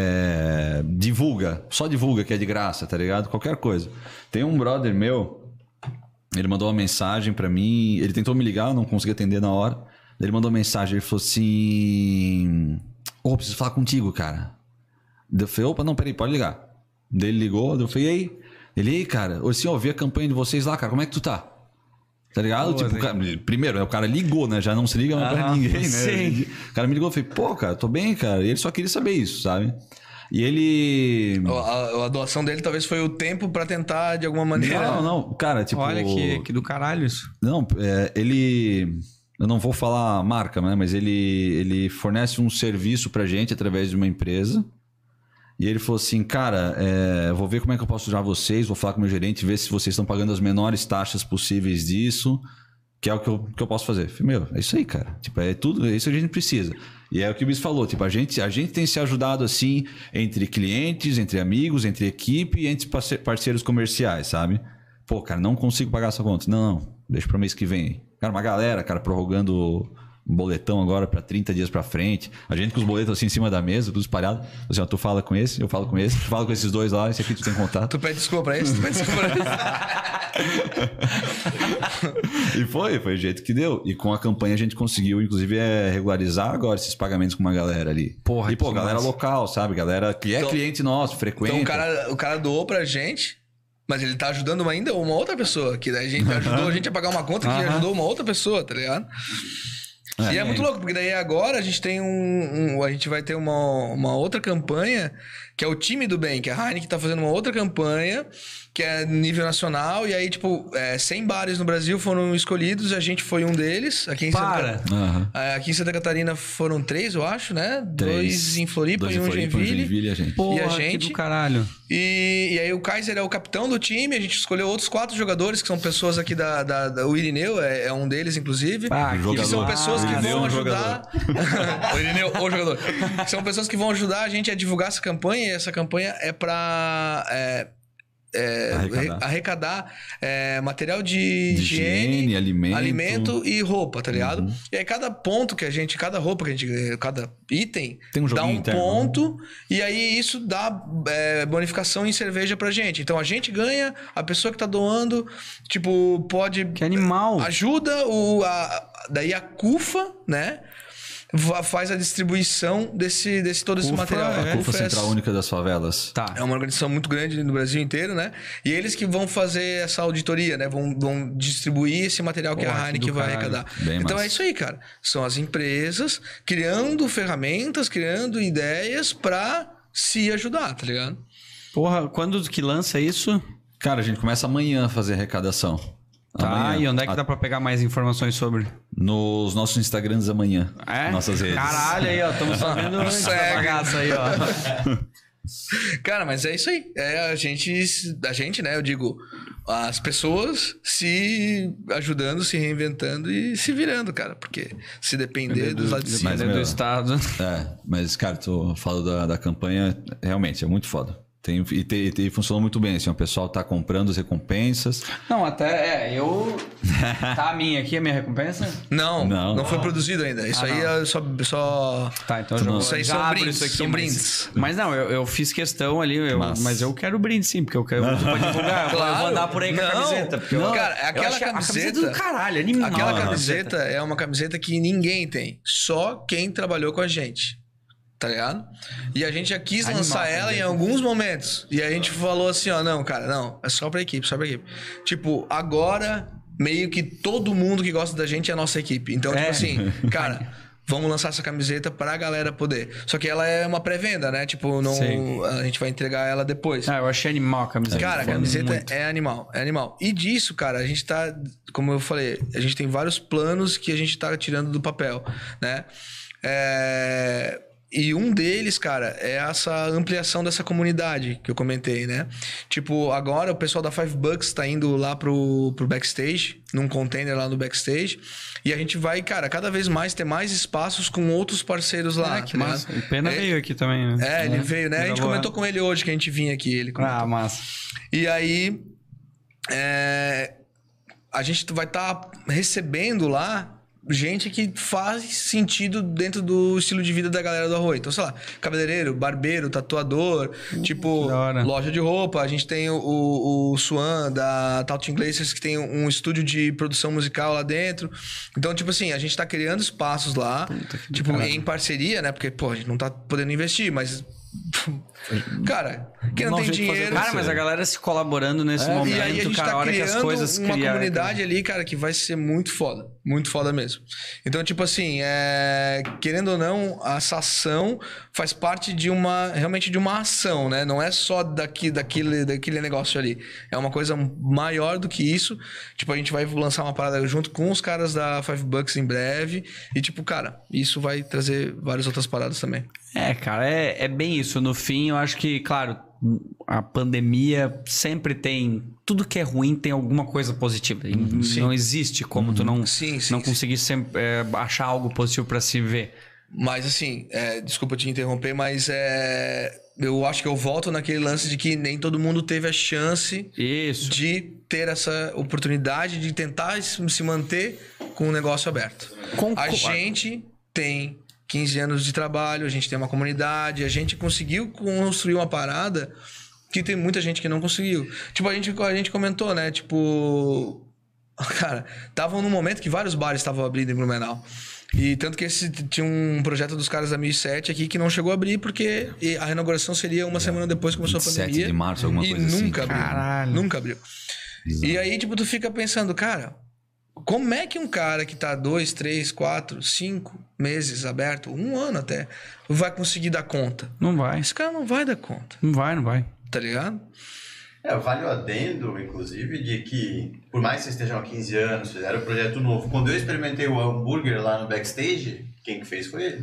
Divulga. Só divulga que é de graça, tá ligado? Qualquer coisa. Tem um brother meu, ele mandou uma mensagem pra mim. Ele tentou me ligar, eu não consegui atender na hora. Ele mandou uma mensagem, ele falou assim... preciso falar contigo, cara. Eu falei, não, peraí, pode ligar. Daí ele ligou, eu falei, e aí? Ele, aí, cara, eu vi a campanha de vocês lá, cara, como é que tu tá? Tá ligado? Primeiro, o cara ligou, né? Já não se liga mais pra ninguém, né? Sim. O cara me ligou, eu falei, pô, cara, tô bem, cara. E ele só queria saber isso, sabe? E ele... A doação dele talvez foi o tempo pra tentar, de alguma maneira... Não, cara, tipo... Olha que do caralho isso. Não, ele... Eu não vou falar a marca, né? Mas ele fornece um serviço pra gente através de uma empresa. E ele falou assim, cara, vou ver como é que eu posso ajudar vocês, vou falar com o meu gerente, ver se vocês estão pagando as menores taxas possíveis disso, que é o que eu posso fazer. Eu falei, é isso aí, cara. Tipo, é isso que a gente precisa. E é o que o Bis falou, tipo, a gente tem se ajudado assim entre clientes, entre amigos, entre equipe e entre parceiros comerciais, sabe? Pô, cara, não consigo pagar essa conta. Não, deixa pro mês que vem. Cara, uma galera, cara, prorrogando um boletão agora pra 30 dias pra frente. A gente com os boletos assim em cima da mesa, tudo espalhado. Assim, tu fala com esse, eu falo com esse, tu fala com esses dois lá, esse aqui tu tem contato. Tu pede desculpa pra esse, tu pede desculpa pra esse. E foi o jeito que deu. E com a campanha a gente conseguiu, inclusive, regularizar agora esses pagamentos com uma galera ali. Porra, e, galera massa. Local, sabe? Galera que é cliente nosso, frequente. Então o cara doou pra gente... Mas ele tá ajudando ainda uma outra pessoa, que daí a gente ajudou a gente a pagar uma conta que ajudou uma outra pessoa, tá ligado? E é muito louco, porque daí agora a gente tem a gente vai ter uma outra campanha, que é o Time do Bem, que a Heineken tá fazendo uma outra campanha, que é nível nacional, e aí, tipo, 100 bares no Brasil foram escolhidos, a gente foi um deles. Aqui em Santa Catarina foram 3, eu acho, né? 2 em Floripa e um em Joinville. E a gente. Porra, e a gente. Que do caralho. E aí o Kaiser é o capitão do time, a gente escolheu outros 4 jogadores, que são pessoas aqui o Irineu é um deles, inclusive. Que são pessoas que vão ajudar... O Irineu, o jogador. São pessoas que vão ajudar a gente a divulgar essa campanha, e essa campanha é pra... arrecadar material de higiene, alimento e roupa, tá ligado? E aí cada ponto que a gente, cada roupa que a gente, cada item tem dá um interno, ponto, e aí isso dá bonificação em cerveja pra gente. Então a gente ganha, a pessoa que tá doando, tipo, pode... Que animal! Ajuda daí a CUFA, né? Faz a distribuição desse todo esse material. A CUFA Central Única das Favelas. Tá. É uma organização muito grande no Brasil inteiro, né? E eles que vão fazer essa auditoria, né? Vão distribuir esse material que a Heineken vai arrecadar. Então é isso aí, cara. São as empresas criando ferramentas, criando ideias pra se ajudar, tá ligado? Porra, quando que lança isso? Cara, a gente começa amanhã a fazer arrecadação. Tá, e onde é que dá pra pegar mais informações sobre? Nos nossos Instagrams amanhã. Nossas redes. Caralho, aí, ó. Estamos sabendo essa bagaça aí, ó. Cara, mas é isso aí. A gente, né? Eu digo, as pessoas se ajudando, se reinventando e se virando, cara. Porque se depender dos lados de cima. Do Estado. Mas, cara, tu fala da campanha, realmente, é muito foda. E funcionou muito bem, assim, o pessoal tá comprando as recompensas. Não, até, tá a minha aqui, a minha recompensa? Não foi produzido ainda. Isso aí é só... Tá, então eu já vou... Isso aí já são abro brindes, isso aqui, são brindes. Mas não, eu fiz questão ali, mas eu quero brinde sim, porque eu quero pra divulgar. Eu vou andar por aí com a camiseta. Porque cara, aquela eu acho camiseta... a camiseta do caralho, animal. Aquela camiseta é uma camiseta que ninguém tem. Só quem trabalhou com a gente. Tá ligado? E a gente já quis lançar ela em alguns momentos. E a gente falou assim, ó, não, cara, não. É só pra equipe, só pra equipe. Tipo, agora, meio que todo mundo que gosta da gente é a nossa equipe. Então, tipo assim, cara... Vamos lançar essa camiseta pra galera poder. Só que ela é uma pré-venda, né? Tipo, não, a gente vai entregar ela depois. Eu achei animal a camiseta. Cara, a camiseta é animal. E disso, cara, a gente tá... Como eu falei, a gente tem vários planos que a gente tá tirando do papel, né? E um deles, cara, é essa ampliação dessa comunidade que eu comentei, né? Tipo, agora o pessoal da $5 tá indo lá pro backstage, num container lá no backstage. E a gente vai, cara, cada vez mais ter mais espaços com outros parceiros lá. Que massa. O Pena veio aqui também, né? Ele veio, né? A gente comentou com ele hoje que a gente vinha aqui. Ele comentou. Massa. E aí, a gente vai estar recebendo lá gente que faz sentido dentro do estilo de vida da galera do Arroio. Então, sei lá, cabeleireiro, barbeiro, tatuador, tipo, loja de roupa. A gente tem o Swan da Taut Iglesias, que tem um estúdio de produção musical lá dentro. Então, tipo assim, a gente tá criando espaços lá, tipo, em parceria, né? Porque, pô, a gente não tá podendo investir, mas... Cara, quem não tem dinheiro... Cara, mas a galera se colaborando nesse momento, e aí a gente cara, tá hora que as coisas uma comunidade ali, cara, que vai ser muito foda mesmo. Então, tipo assim, querendo ou não, essa ação faz parte de realmente de uma ação, né? Não é só daquele negócio ali. É uma coisa maior do que isso. Tipo, a gente vai lançar uma parada junto com os caras da $5 em breve. E tipo, cara, isso vai trazer várias outras paradas também. Cara, é bem isso. No fim, eu acho que, claro, a pandemia sempre tem... Tudo que é ruim tem alguma coisa positiva. Não existe como tu não conseguir sempre achar algo positivo pra se ver. Mas assim, desculpa te interromper, mas eu acho que eu volto naquele lance de que nem todo mundo teve a chance de ter essa oportunidade de tentar se manter com o negócio aberto. A gente tem 15 anos de trabalho, a gente tem uma comunidade, a gente conseguiu construir uma parada que tem muita gente que não conseguiu. Tipo, a gente comentou, né? Tipo, cara, estavam num momento que vários bares estavam abrindo em Blumenau. E tanto que tinha um projeto dos caras da 1007 aqui que não chegou a abrir porque a inauguração seria uma semana depois que começou a pandemia. 7 de março, alguma coisa assim. Nunca abriu. Caralho. Nunca abriu. Exato. E aí, tipo, tu fica pensando, cara, como é que um cara que tá 2, 3, 4, 5 meses aberto, 1 ano até, vai conseguir dar conta? Não vai. Esse cara não vai dar conta. Não vai. Tá ligado? Vale o adendo, inclusive, de que, por mais que vocês estejam há 15 anos, fizeram um projeto novo. Quando eu experimentei o hambúrguer lá no backstage, quem que fez foi ele.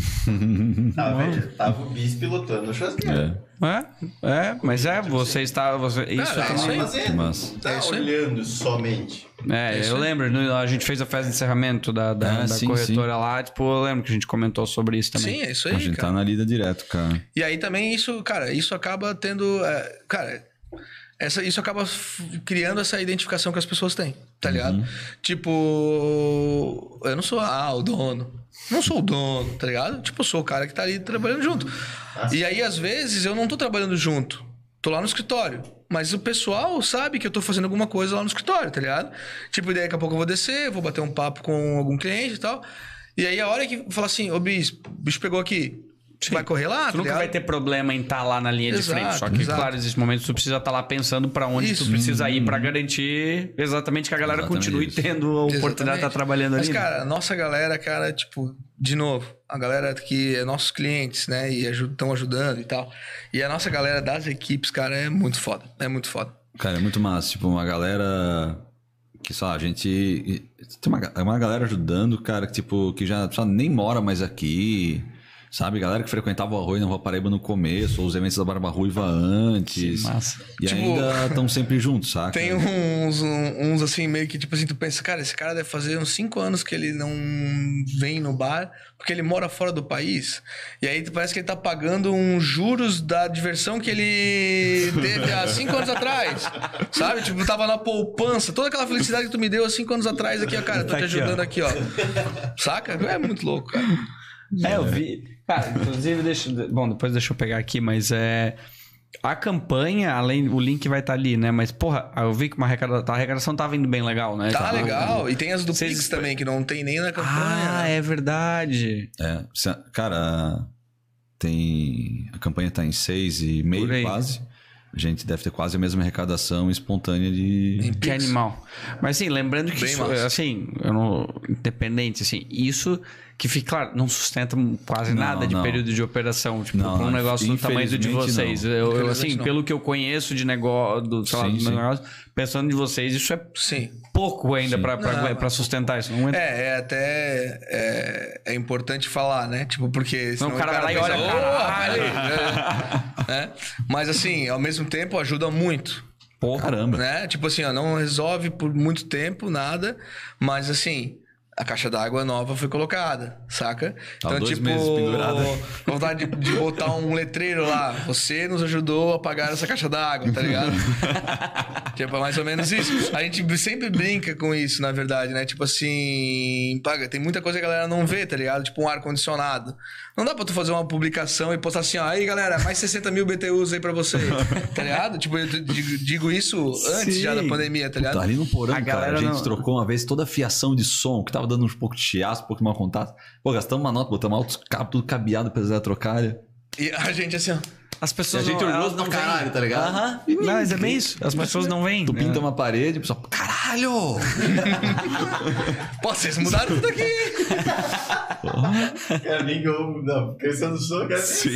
Tava o Bis pilotando o churrasqueiro. Mas você está... Isso cara, também... Não tá olhando somente. Eu lembro, a gente fez a festa de encerramento da corretora lá, tipo, eu lembro que a gente comentou sobre isso também. Sim, é isso aí, a gente cara. tá na lida direto, cara. E aí também isso acaba tendo... isso acaba criando essa identificação que as pessoas têm, tá ligado? Tipo, eu não sou o dono. Não sou o dono, tá ligado? Tipo, eu sou o cara que tá ali trabalhando junto. E aí, às vezes, eu não tô trabalhando junto. Tô lá no escritório. Mas o pessoal sabe que eu tô fazendo alguma coisa lá no escritório, tá ligado? Tipo, daqui a pouco eu vou descer, vou bater um papo com algum cliente e tal. E aí, a hora que fala assim, ô bicho, o bicho pegou aqui. Vai correr lá, tu nunca vai ter problema em estar lá na linha de frente. Só que, claro, existem momentos que tu precisa estar lá pensando pra onde tu precisa ir pra garantir exatamente que a galera continue tendo a oportunidade de estar trabalhando ali. Mas, cara, a nossa galera, cara, tipo, de novo, a galera que é nossos clientes, né, e estão ajudando e tal. E a nossa galera das equipes, cara, é muito foda. É muito foda. Cara, é muito massa. Tipo, uma galera que, sei lá, a gente... Tem uma galera ajudando, cara, que, tipo, que já nem mora mais aqui... Sabe? Galera que frequentava o Arroio na Rua Paraíba no começo, ou os eventos da Barba Ruiva antes. Que massa. E Tipo, ainda estão sempre juntos, saca? Tem uns assim, meio que tipo assim, tu pensa, cara, esse cara deve fazer uns 5 anos que ele não vem no bar, porque ele mora fora do país. E aí parece que ele tá pagando uns juros da diversão que ele teve há 5 anos atrás. Sabe? Tipo, tava na poupança, toda aquela felicidade que tu me deu há 5 anos atrás aqui, ó, cara, tô Tá te aqui, ajudando ó. aqui, ó. Saca? É muito louco, cara. Eu vi. Cara, inclusive, bom, depois deixa eu pegar aqui, mas a campanha, além, o link vai estar ali, né? Mas, porra, eu vi que a arrecadação tava indo bem legal, né? Tá legal. E tem as do Vocês- Pix também, que não tem nem na campanha. Ah, né? é verdade. Cara, a campanha tá em Por 6,5 aí. quase. A gente deve ter quase a mesma arrecadação espontânea de... Em Que Pix. animal. Mas assim, lembrando que Bem isso, massa. assim, independente, assim, isso que fica, claro, não sustenta quase Não, nada de não. período de operação, tipo, Não, pra um negócio do tamanho do de infelizmente, vocês. não. Eu, Infelizmente, assim, não. pelo que eu conheço de negócio, sei lá, Sim, do meu sim. negócio, pensando de vocês, isso é Sim. pouco ainda Sim. pra sustentar isso. Não é, É importante falar, né? Tipo, porque senão o cara vai lá e pensa, olha, "Ô, caralho." né? Mas assim, ao mesmo tempo ajuda muito, porra. Caramba. né? Tipo assim, ó, não resolve por muito tempo nada, mas assim, a caixa d'água nova foi colocada, saca? Tá 2 meses pendurada. vontade de botar um letreiro lá. Você nos ajudou a pagar essa caixa d'água, tá ligado? Tipo, é mais ou menos isso. A gente sempre brinca com isso, na verdade, né? Tipo assim, paga, tem muita coisa que a galera não vê, tá ligado? Tipo um ar-condicionado. Não dá pra tu fazer uma publicação e postar assim, ó, aí galera, mais 60 mil BTUs aí pra vocês, tá ligado? Tipo, eu digo isso antes Sim. já da pandemia, tá ligado? Puta, ali no porão, A cara, galera a gente não- trocou uma vez toda a fiação de som, que tava dando um pouco de chiaço, um pouco de mau contato. Pô, gastamos uma nota, botamos altos cabos, tudo cabeado pra fazer a trocalha. E a gente assim, ó. As pessoas E a gente elas orgulhoso pra caralho, veem. tá ligado? Aham. Não, mas é bem isso. As pessoas não veem. Tu né? pinta uma parede, o pessoal, caralho! Pô, vocês mudaram tudo aqui. Cara, nem não, crescendo o som, cara. Sim.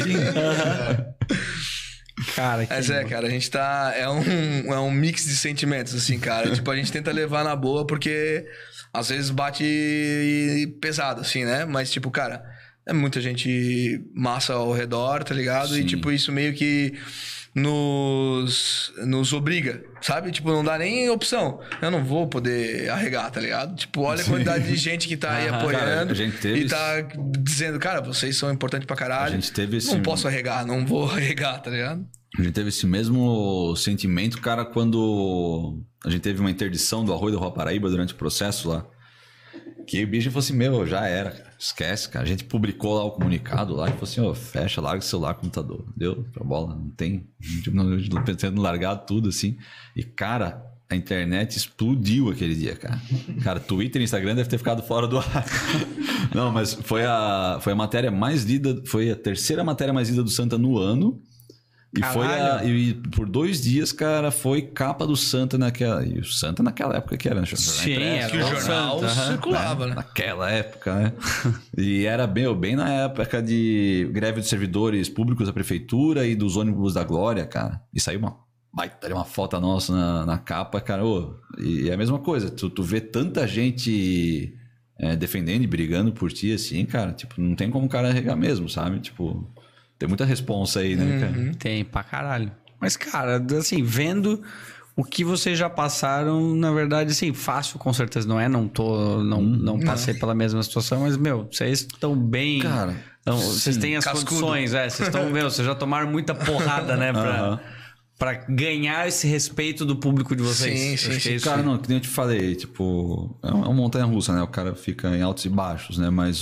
Cara, que Mas cara, a gente tá. É um mix de sentimentos, assim, cara. Tipo, a gente tenta levar na boa porque às vezes bate pesado, assim, né? Mas, tipo, cara, é muita gente massa ao redor, tá ligado? E, Sim. tipo, isso meio que nos obriga, sabe? Tipo, não dá nem opção. Eu não vou poder arregar, tá ligado? Tipo, olha a quantidade de gente que tá aí Aham. apoiando Cara, a gente teve e tá dizendo, cara, vocês são importantes pra caralho. A gente teve esse- Não posso arregar, não vou arregar, tá ligado? A gente teve esse mesmo sentimento, cara, quando a gente teve uma interdição do Arroio da Rua Paraíba durante o processo lá. Que o bicho falou assim, meu, já era, cara. Esquece, cara. A gente publicou lá o comunicado lá e falou assim, ó, fecha, larga o celular, computador. Deu pra bola, não tem. Tipo, não pensando em largar tudo, assim. E, cara, a internet explodiu aquele dia, cara. Cara, Twitter e Instagram deve ter ficado fora do ar. Não, mas foi a matéria mais lida, foi a terceira matéria mais lida do Santa no ano. E Caralho. e por 2 dias, cara, foi capa do Santa naquela. E o Santa naquela época que era, né? Sim, era. Que o jornal Santa, aham. circulava, né? Naquela época, né? E era bem na época de greve dos servidores públicos da prefeitura e dos ônibus da Glória, cara. E saiu uma baita de uma foto nossa na capa, cara. Ô, e é a mesma coisa. Tu vê tanta gente defendendo e brigando por ti, assim, cara. Tipo, não tem como o cara arregar mesmo, sabe? Tipo, tem muita responsa aí, né, cara? Tem pra caralho. Mas, cara, assim, vendo o que vocês já passaram, na verdade, assim, fácil com certeza não é. Não passei pela mesma situação, mas, meu, vocês estão bem. Cara, Então, vocês têm as cascudo. condições, vocês estão, meu, vocês já tomaram muita porrada, né, Aham. pra ganhar esse respeito do público de vocês. Sim, Acho sim, que é sim. isso. Cara, não, que nem eu te falei, tipo, é uma montanha-russa, né? O cara fica em altos e baixos, né? Mas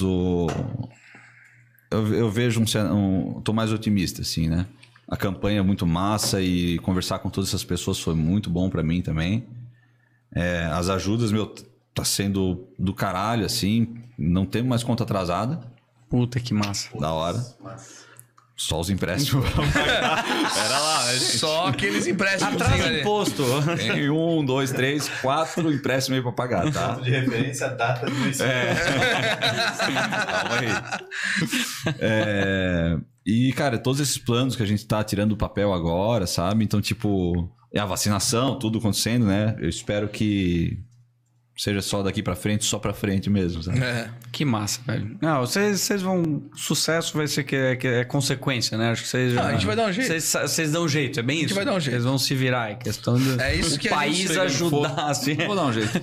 eu vejo tô mais otimista, assim, né? A campanha é muito massa e conversar com todas essas pessoas foi muito bom pra mim também. As ajudas, meu, tá sendo do caralho, assim. Não temos mais conta atrasada. Puta que massa. Da hora. Mas... Só os empréstimos. Era lá, né, gente? Só aqueles empréstimos Atrasa ali. imposto. Tem 1, 2, 3, 4 empréstimos aí pra pagar, tá? Ponto de referência, data do vencimento. Calma aí. E, cara, todos esses planos que a gente tá tirando do papel agora, sabe? Então, tipo, a vacinação, tudo acontecendo, né? Eu espero que seja só daqui pra frente, só pra frente mesmo, sabe? Que massa, velho. Não, vocês vão... Sucesso vai ser que é consequência, né? Acho que vocês... A gente vai dar um jeito. Vocês dão um jeito, é bem isso? A gente vai dar um jeito. Vocês vão se virar, é questão do... É isso que o a país gente... ajudar, assim. Vou dar um jeito.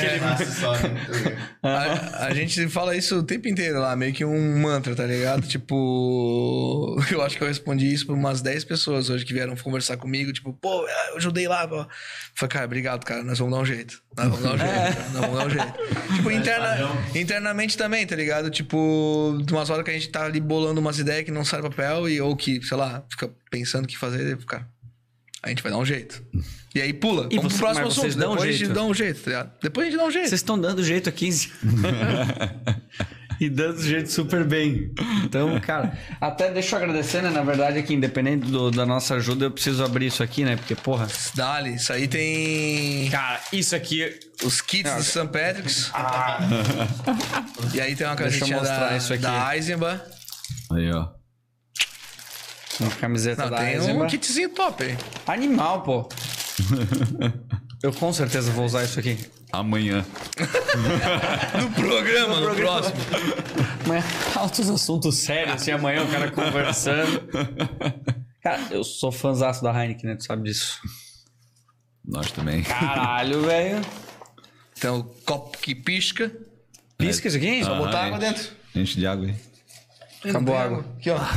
A gente fala isso o tempo inteiro lá, meio que um mantra, tá ligado? Tipo, eu acho que eu respondi isso pra umas 10 pessoas hoje que vieram conversar comigo, tipo, pô, eu ajudei lá. Pô. Falei, cara, obrigado, cara, nós vamos dar um jeito. Nós vamos dar um jeito, cara, nós vamos dar um jeito. Tipo, internamente também, tá ligado? Tipo, de umas horas que a gente tá ali bolando umas ideias que não sai papel ou que, sei lá, fica pensando o que fazer, cara, a gente vai dar um jeito. E aí pula. Vamos pro próximo assunto. Depois a gente dá um jeito, tá ligado? Depois a gente dá um jeito. Vocês estão dando jeito há 15 e dando jeito super bem. Então, cara, até deixa eu agradecer, né? Na verdade, aqui, independente da nossa ajuda, eu preciso abrir isso aqui, né? Porque, porra... Dali, isso aí tem... Cara, isso aqui... Os kits do St. Patrick's. E aí tem uma camisetinha da Eisenbahn. Aí, ó. Uma camiseta Não, da tem Eisenbahn. um kitzinho top aí. Animal, pô. Eu com certeza vou usar isso aqui. Amanhã. No programa, no próximo. Mas altos assuntos sérios, assim, amanhã o cara conversando. Cara, eu sou fãzaço da Heineken, né? Tu sabe disso. Nós também. Caralho, velho. Então, copo que pisca. Pisca isso aqui? Só botar água dentro. Enche de água aí. Acabou a água. Aqui, ó.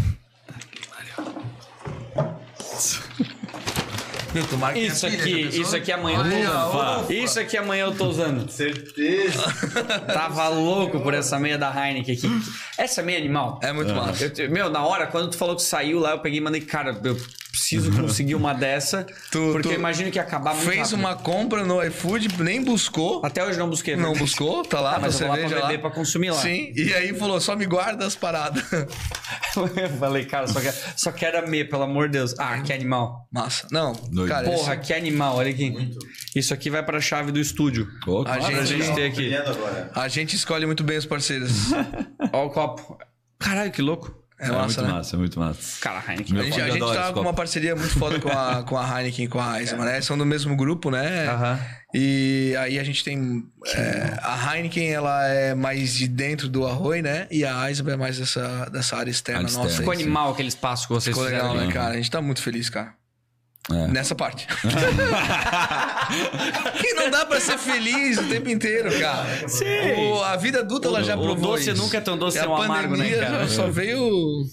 Meu, tomara que Isso tenha pilha, aqui, isso aqui amanhã eu tô usando. Isso aqui amanhã eu tô usando. Certeza. Tava louco por essa meia da Heineken aqui. Essa meia animal. É muito massa. Meu, na hora, quando tu falou que saiu lá, eu peguei e mandei, cara, eu preciso conseguir uma dessa, porque eu imagino que ia acabar muito Fez rápido. uma compra no iFood, nem buscou. Até hoje não busquei. Não buscou, tá lá, mas eu vou lá cerveja pra beber, pra consumir lá. Sim, e aí falou, só me guarda as paradas. Eu falei, cara, só quero a meia, pelo amor de Deus. Ah, que animal. Massa. Não, Doido. cara, Porra, que animal, olha aqui. Isso aqui vai pra chave do estúdio. Oh, A claro. gente- Pra gente ter aqui. Brilhando agora. a gente escolhe muito bem os parceiros. Ó o copo. Caralho, que louco. É É massa, muito né? massa, é muito massa. Cara, Heineken. Meu A gente adoro esse tá com copo. uma parceria muito foda com a Heineken e com a Eisenbahn, né? São do mesmo grupo, né? Aham. E aí a gente tem... a Heineken, ela é mais de dentro do Arroio, né? E a Eisenbahn é mais dessa área externa Área nossa. externa. Ficou aí. animal aquele espaço que vocês Ficou fizeram. legal, ali. né, cara? A gente tá muito feliz, cara. É. Nessa parte. Que não dá pra ser feliz o tempo inteiro, cara. Sim. A vida adulta, ela já O provou doce isso. nunca é tão doce, E é um amargo, né, pandemia cara? só veio...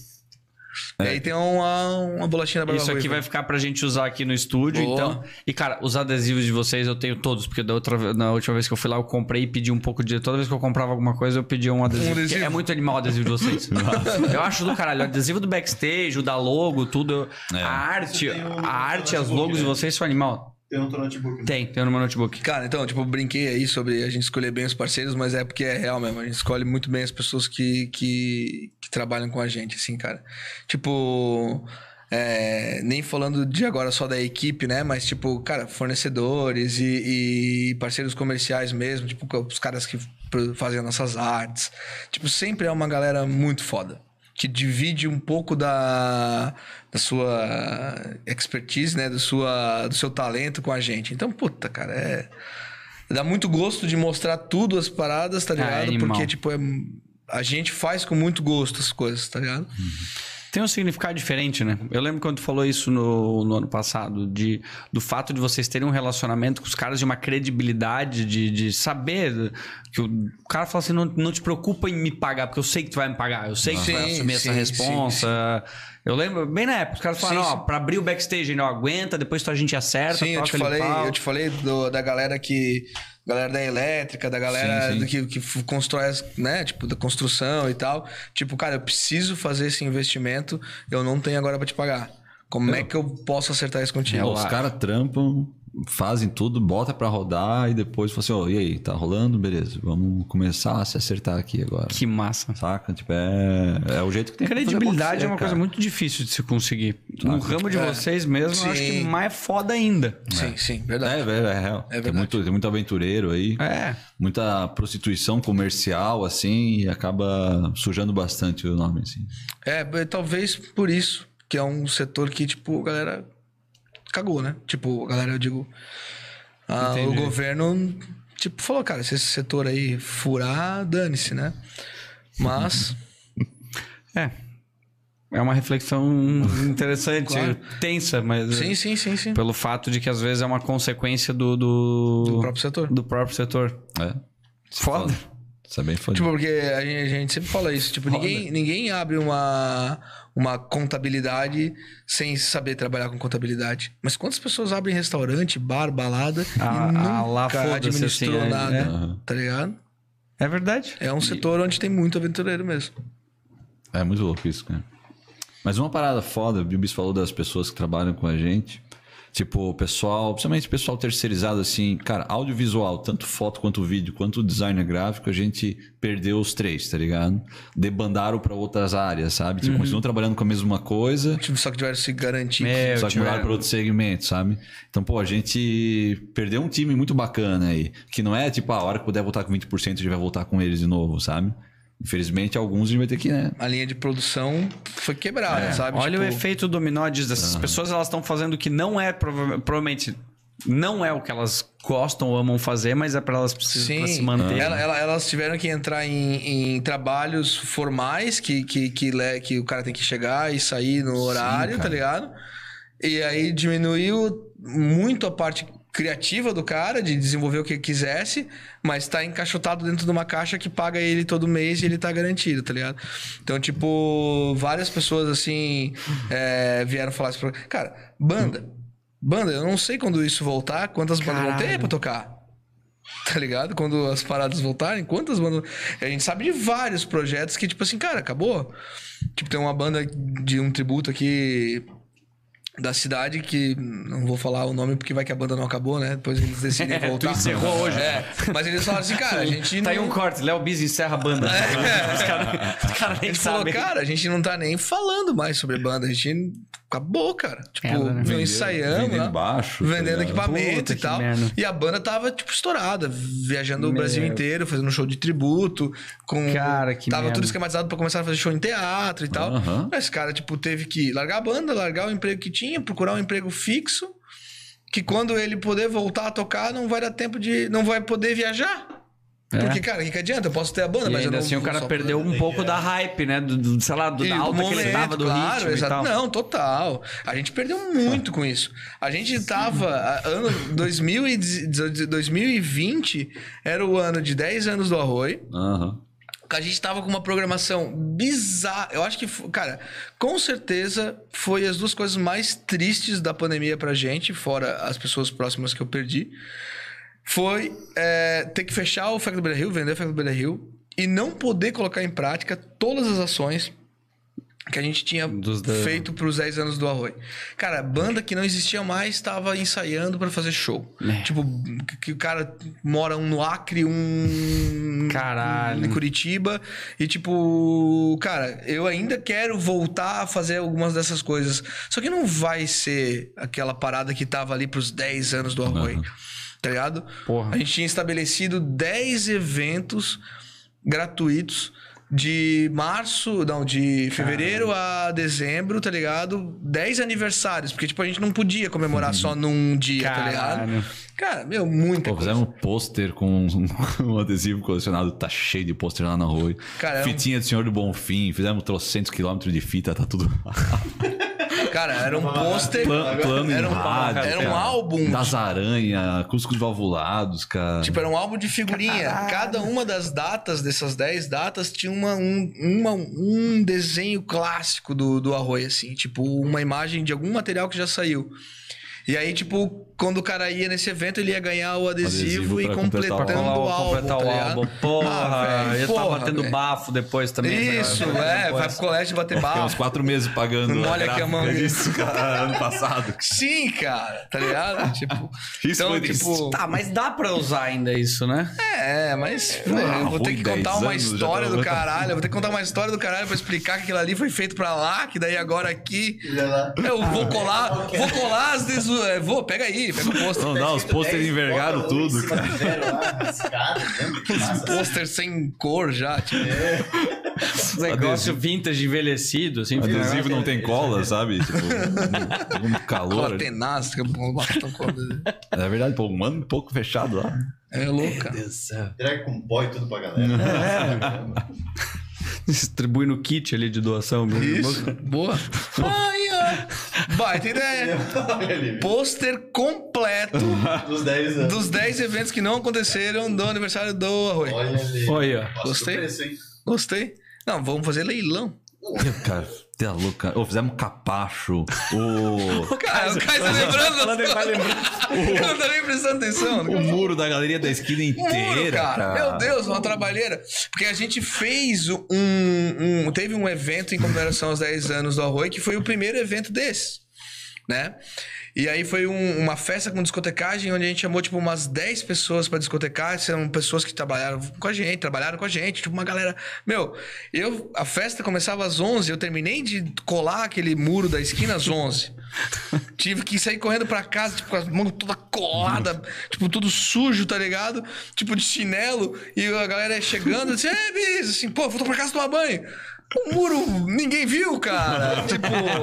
E aí tem uma bolachinha da Barba Isso aqui Ruiva. vai ficar pra gente usar aqui no estúdio, Boa. então. E, cara, os adesivos de vocês eu tenho todos, porque na última vez que eu fui lá, eu comprei e pedi um pouco de... Toda vez que eu comprava alguma coisa, eu pedia um adesivo. adesivo? Porque é muito animal o adesivo de vocês. Eu acho do caralho. O adesivo do backstage, o da logo, tudo. É. A arte, Você tem um a arte, as notebook, logos de né? vocês são animal. Tem um notebook. né? Tem no meu notebook. Cara, então, tipo, eu brinquei aí sobre a gente escolher bem os parceiros, mas é porque é real mesmo. A gente escolhe muito bem as pessoas que trabalham com a gente, assim, cara. Tipo, nem falando de agora só da equipe, né? Mas, tipo, cara, fornecedores e parceiros comerciais mesmo, tipo, os caras que fazem as nossas artes. Tipo, sempre é uma galera muito foda. Que divide um pouco da sua expertise, né? Do seu talento com a gente. Então, puta, cara, dá muito gosto de mostrar tudo as paradas, tá ligado? animal. Porque, tipo, a gente faz com muito gosto as coisas, tá ligado? Tem um significado diferente, né? Eu lembro quando tu falou isso no ano passado, do fato de vocês terem um relacionamento com os caras de uma credibilidade, de saber que o cara fala assim, não te preocupa em me pagar, porque eu sei que tu vai me pagar, eu sei que tu vai Sim, assumir essa sim, responsa. Eu lembro, bem na época, os caras falaram, Sim, ó, pra abrir o backstage não aguenta, depois a gente acerta, Sim, eu te falei da galera galera da elétrica, da galera Sim, que constrói, né? Tipo, da construção e tal. Tipo, cara, eu preciso fazer esse investimento, eu não tenho agora pra te pagar. Como é que eu posso acertar isso contigo? Os caras trampam, fazem tudo, bota pra rodar e depois fala assim, ó, e aí, tá rolando? Beleza, vamos começar a se acertar aqui agora. Que massa. Saca? Tipo, é o jeito que tem que fazer Credibilidade é uma acontecer, coisa cara. muito difícil de se conseguir. No ramo de É. vocês mesmo, eu acho que Sim. mais foda ainda. Sim, verdade. É real. É Tem verdade. muito aventureiro aí. É. Muita prostituição comercial, assim, e acaba sujando bastante o nome, assim. Talvez por isso, que é um setor que, tipo, a galera cagou, né? Tipo, a galera, eu digo... o governo tipo, falou, cara, se esse setor aí furar, dane-se, né? Mas... É uma reflexão interessante, Claro. tensa, mas... Sim. Pelo fato de que às vezes é uma consequência do próprio setor. Do próprio setor. É. Foda. Isso é bem foda. Tipo, porque a gente sempre fala isso. Tipo, ninguém abre uma contabilidade sem saber trabalhar com contabilidade. Mas quantas pessoas abrem restaurante, bar, balada e lá nunca foda-se, administrou assim, nada, tá ligado? É verdade. É um setor onde tem muito aventureiro mesmo. É muito louco isso, cara. Mas uma parada foda, o Bis falou das pessoas que trabalham com a gente. Tipo, o pessoal, principalmente o pessoal terceirizado, assim, cara, audiovisual, tanto foto quanto vídeo, quanto designer gráfico, a gente perdeu os 3, tá ligado? Debandaram pra outras áreas, sabe? Tipo, continuam trabalhando com a mesma coisa, Tipo, só que tiveram se garantido. só que mudaram pra outro segmento, sabe? Então, pô, a gente perdeu um time muito bacana aí, que não é tipo, a hora que puder voltar com 20%, a gente vai voltar com eles de novo, sabe? Infelizmente, alguns a gente vai ter que, né? A linha de produção foi quebrada, sabe? Olha Tipo, o efeito dominó disso. Essas pessoas, elas estão fazendo o que não é, provavelmente, não é o que elas gostam ou amam fazer, mas é pra elas precisam pra se manter. Elas tiveram que entrar em trabalhos formais que o cara tem que chegar e sair no horário, tá ligado? E aí diminuiu muito a parte criativa do cara, de desenvolver o que quisesse, mas tá encaixotado dentro de uma caixa que paga ele todo mês e ele tá garantido, tá ligado? Então, tipo, várias pessoas, assim, vieram falar assim pra... Cara, banda, eu não sei quando isso voltar, quantas bandas vão ter pra tocar. Tá ligado? Quando as paradas voltarem, quantas bandas... A gente sabe de vários projetos que, tipo assim, cara, acabou. Tipo, tem uma banda de um tributo aqui... da cidade, que não vou falar o nome porque vai que a banda não acabou, né? Depois eles decidem voltar. Tu encerrou hoje. Mas eles falaram assim, cara, a gente Tá não... aí um corte, Léo Bis encerra a banda. Os caras nem Ele falou, sabem. cara, a gente não tá nem falando mais sobre banda, a gente acabou, cara. Tipo, Merda, né? não ensaiamos, vendendo né? baixo, Vendendo tá ligado? equipamento Puta e que tal. merda. E a banda tava, tipo, estourada, viajando o Brasil inteiro, fazendo um show de tributo. Cara, que tava merda. tudo esquematizado pra começar a fazer show em teatro e tal. Mas esse cara, tipo, teve que largar a banda, largar o emprego que tinha, procurar um emprego fixo, que quando ele poder voltar a tocar, não vai dar tempo de... Não vai poder viajar. Porque, cara, o que adianta? Eu posso ter a banda, E mas eu ainda não assim o vou cara só perdeu poder- um pouco da hype, né? Sei lá, da alta que ele tava, do ritmo e tal. Não, total. A gente perdeu muito com isso. A gente tava... Ano 2020 era o ano de 10 anos do Arroio. A gente tava com uma programação bizarra. Eu acho que, cara, com certeza foi as duas coisas mais tristes da pandemia pra gente, fora as pessoas próximas que eu perdi. Foi ter que fechar o Festa do Beira-Rio, vender o Festa do Beira-Rio e não poder colocar em prática todas as ações que a gente tinha feito pros 10 anos do Arroio. Cara, banda que não existia mais estava ensaiando pra fazer show. Tipo, que o cara mora um no Acre, Caralho. em Curitiba. E tipo, cara, eu ainda quero voltar a fazer algumas dessas coisas. Só que não vai ser aquela parada que tava ali pros 10 anos do Arroio. Tá ligado? Porra. A gente tinha estabelecido 10 eventos gratuitos de fevereiro a dezembro, tá ligado? 10 aniversários, porque tipo, a gente não podia comemorar só num dia, tá ligado? Cara, muita coisa. Fizemos um pôster com um adesivo colecionado, tá cheio de pôster lá na rua. Cara, Fitinha do Senhor do Bonfim, fizemos 300 quilômetros de fita, tá tudo... Cara, era um pôster, Plano era em rádio, era um cara. álbum Das aranhas, cuscos valvulados, cara. Tipo, era um álbum de figurinha. Cada uma das datas, dessas 10 datas, tinha um desenho clássico do Arroio, assim. Tipo, uma imagem de algum material que já saiu. E aí, tipo, quando o cara ia nesse evento, ele ia ganhar o adesivo e completando o álbum. Completar o álbum. Porra, eu tava tendo velho. bafo depois também. Isso, vai pro colégio bater Fiquei uns bafo. 4 meses pagando Molha aqui a mão. disso, cara, ano passado. Sim, cara, tá ligado? Tipo, Isso então, foi tipo... Tá, mas dá pra usar ainda isso, né? Mas eu vou ter que ruim, contar 10 uma anos, já história tá- do caralho. Eu vou ter que contar uma história do caralho pra explicar que aquilo ali foi feito pra lá, que daí agora aqui. Eu vou colar as pega aí, pega o pôster. Não dá, os pôsteres envergaram tudo, cara. Os pôster sem cor já, tipo. Negócio vintage envelhecido, assim. Adesivo não tem cola, sabe? Tipo, muito calor. Cola tenaz, É verdade, pô, um ano um pouco fechado lá. É louco, cara. Direct com pó e tudo pra galera. Distribui no kit ali de doação. Isso, boa. Aí, ó. Baita ideia. Pôster completo Dos 10 anos. dos 10 eventos que não aconteceram do aniversário do Arroio. Olha ali. Olha. Nossa, Gostei. do preço, hein? Gostei. Não, vamos fazer leilão. Cara, tá louco, cara. Ô, fizemos capacho. Cara, o Caio tá lembrando. Eu não tô nem prestando atenção. O muro da galeria da esquina inteira, cara. Meu Deus, uma trabalheira. Porque a gente fez teve um evento em comemoração aos 10 anos do Arroio, que foi o primeiro evento desse, né? E aí foi uma festa com discotecagem, onde a gente chamou, tipo, umas 10 pessoas pra discotecar. São pessoas que trabalharam com a gente, tipo, uma galera... Meu, a festa começava às 11, eu terminei de colar aquele muro da esquina às 11. Tive que sair correndo pra casa, tipo, com as mãos toda colada, tipo, tudo sujo, tá ligado? Tipo, de chinelo. E a galera chegando, assim, bis, assim, pô, voltou pra casa tomar banho. O muro, ninguém viu, cara. Tipo,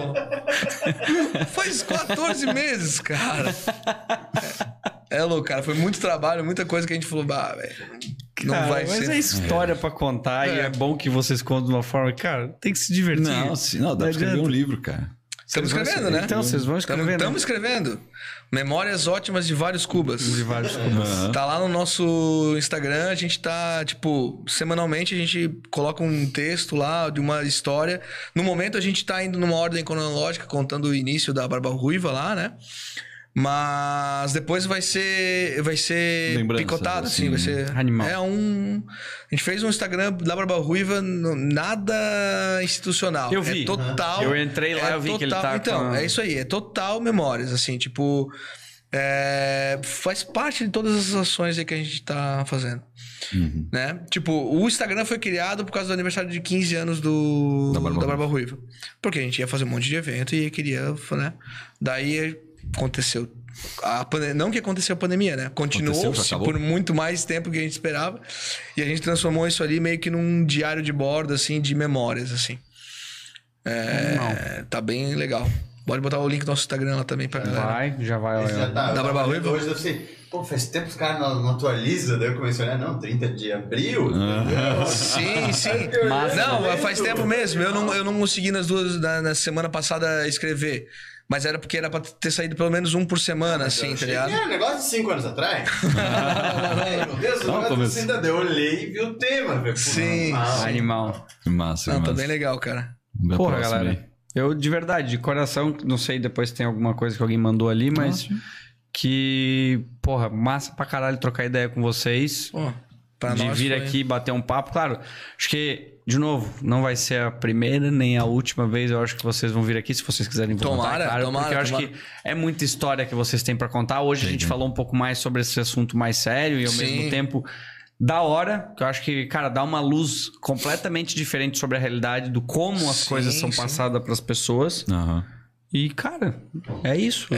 faz 14 meses, cara. É louco, cara. Foi muito trabalho, muita coisa que a gente falou, velho, não vai mas ser. é história pra contar e é bom que vocês contam de uma forma, cara, tem que se divertir. Não, dá pra escrever um livro, cara. Estamos escrevendo, né? Então, vocês vão escrevendo. Estamos escrevendo. Memórias ótimas de vários Cubas. De vários Cubas. Tá lá no nosso Instagram, a gente tá, tipo, semanalmente a gente coloca um texto lá de uma história. No momento a gente tá indo numa ordem cronológica, contando o início da Barba Ruiva lá, né? Mas depois vai ser Lembrança, picotado, assim, assim, vai ser... animal. A gente fez um Instagram da Barba Ruiva, nada institucional. Eu vi. É total... Eu entrei lá, eu vi que ele tá Então, com... é isso aí, é total memórias, assim, tipo... faz parte de todas as ações aí que a gente tá fazendo. Né? Tipo, o Instagram foi criado por causa do aniversário de 15 anos da Barba Ruiva. Porque a gente ia fazer um monte de evento e queria, né? Daí aconteceu não que aconteceu a pandemia, né? Continuou-se por muito mais tempo que a gente esperava. E a gente transformou isso ali meio que num diário de bordo, assim, de memórias, assim. Tá bem legal. Pode botar o link do nosso Instagram lá também pra galera. Já vai. Da Barba Ruiva? Hoje deve ser... Pô, faz tempo que os caras não atualizam. Daí eu comecei a olhar, não, 30 de abril. Sim. Não, faz tempo mesmo. Eu não consegui na semana passada escrever. Mas era porque era pra ter saído pelo menos um por semana, assim, tá ligado? É um negócio de 5 anos atrás. Meu Deus, o negócio ainda deu. Eu olhei e vi o tema, velho. Sim. Animal. Massa, Não, tá bem legal, cara. Porra, galera. Eu, de verdade, de coração, não sei, depois tem alguma coisa que alguém mandou ali, mas que, porra, massa pra caralho trocar ideia com vocês. Pô, pra de nós vir foi... aqui bater um papo. Claro, acho que, de novo, não vai ser a primeira nem a última vez. Eu acho que vocês vão vir aqui se vocês quiserem voltar, claro. Porque eu acho que é muita história que vocês têm pra contar. Hoje a gente falou um pouco mais sobre esse assunto mais sério e ao mesmo tempo da hora, que eu acho que, cara, dá uma luz completamente diferente sobre a realidade do como as coisas são passadas pras pessoas. E, cara, é isso.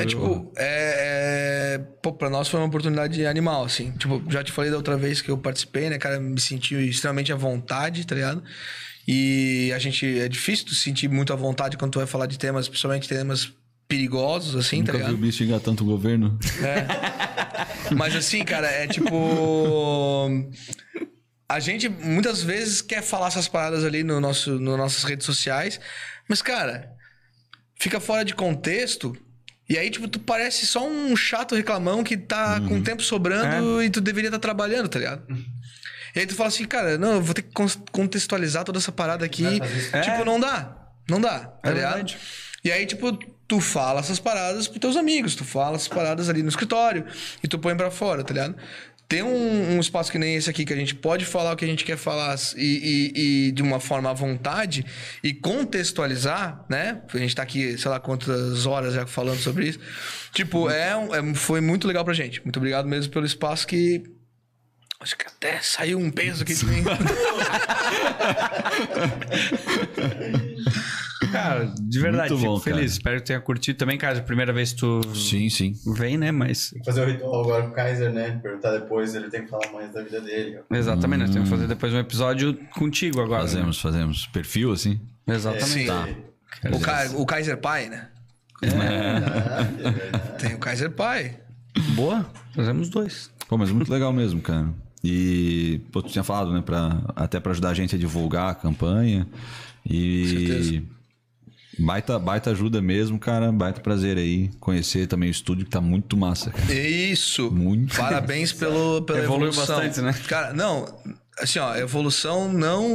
Pô, pra nós foi uma oportunidade animal, assim. Tipo, já te falei da outra vez que eu participei, né, cara? Me senti extremamente à vontade, tá ligado? E é difícil tu se sentir muito à vontade quando tu vai falar de temas, principalmente temas perigosos, assim, tá ligado? Nunca vi o bicho xingar tanto o governo. Mas assim, cara, é tipo... A gente muitas vezes quer falar essas paradas ali nas nossas redes sociais, mas, cara, fica fora de contexto e aí, tipo, tu parece só um chato reclamão que tá com tempo sobrando e tu deveria estar trabalhando, tá ligado? E aí tu fala assim, cara, não, eu vou ter que contextualizar toda essa parada aqui. Tipo, não dá, tá ligado? E aí, tipo, tu fala essas paradas pros teus amigos, tu fala essas paradas ali no escritório e tu põe pra fora, tá ligado? Tem um espaço que nem esse aqui que a gente pode falar o que a gente quer falar e de uma forma à vontade e contextualizar, né? A gente tá aqui, sei lá quantas horas já falando sobre isso. Tipo, foi muito legal pra gente. Muito obrigado mesmo pelo espaço que... Acho que até saiu um peso aqui de mim. Cara, de verdade, Muito fico bom, feliz. cara. Espero que tenha curtido também, cara. Primeira vez que tu Sim. vem, né? Mas. Tem que fazer o ritual agora com o Kaiser, né? Perguntar depois, ele tem que falar mais da vida dele. Exatamente, nós temos que fazer depois um episódio contigo agora. Né? Fazemos. Perfil, assim? Exatamente. Sim. Tá. O Kaiser Pai, né? É verdade. Tem o Kaiser Pai. Boa, fazemos 2. Pô, mas muito legal mesmo, cara. E, pô, tu tinha falado, né? Até pra ajudar a gente a divulgar a campanha. E... Baita ajuda mesmo, cara. Baita prazer aí. Conhecer também o estúdio, que tá muito massa, cara. Isso. Muito. Parabéns pela Evoluiu evolução. bastante, né? Cara, não, assim, ó, evolução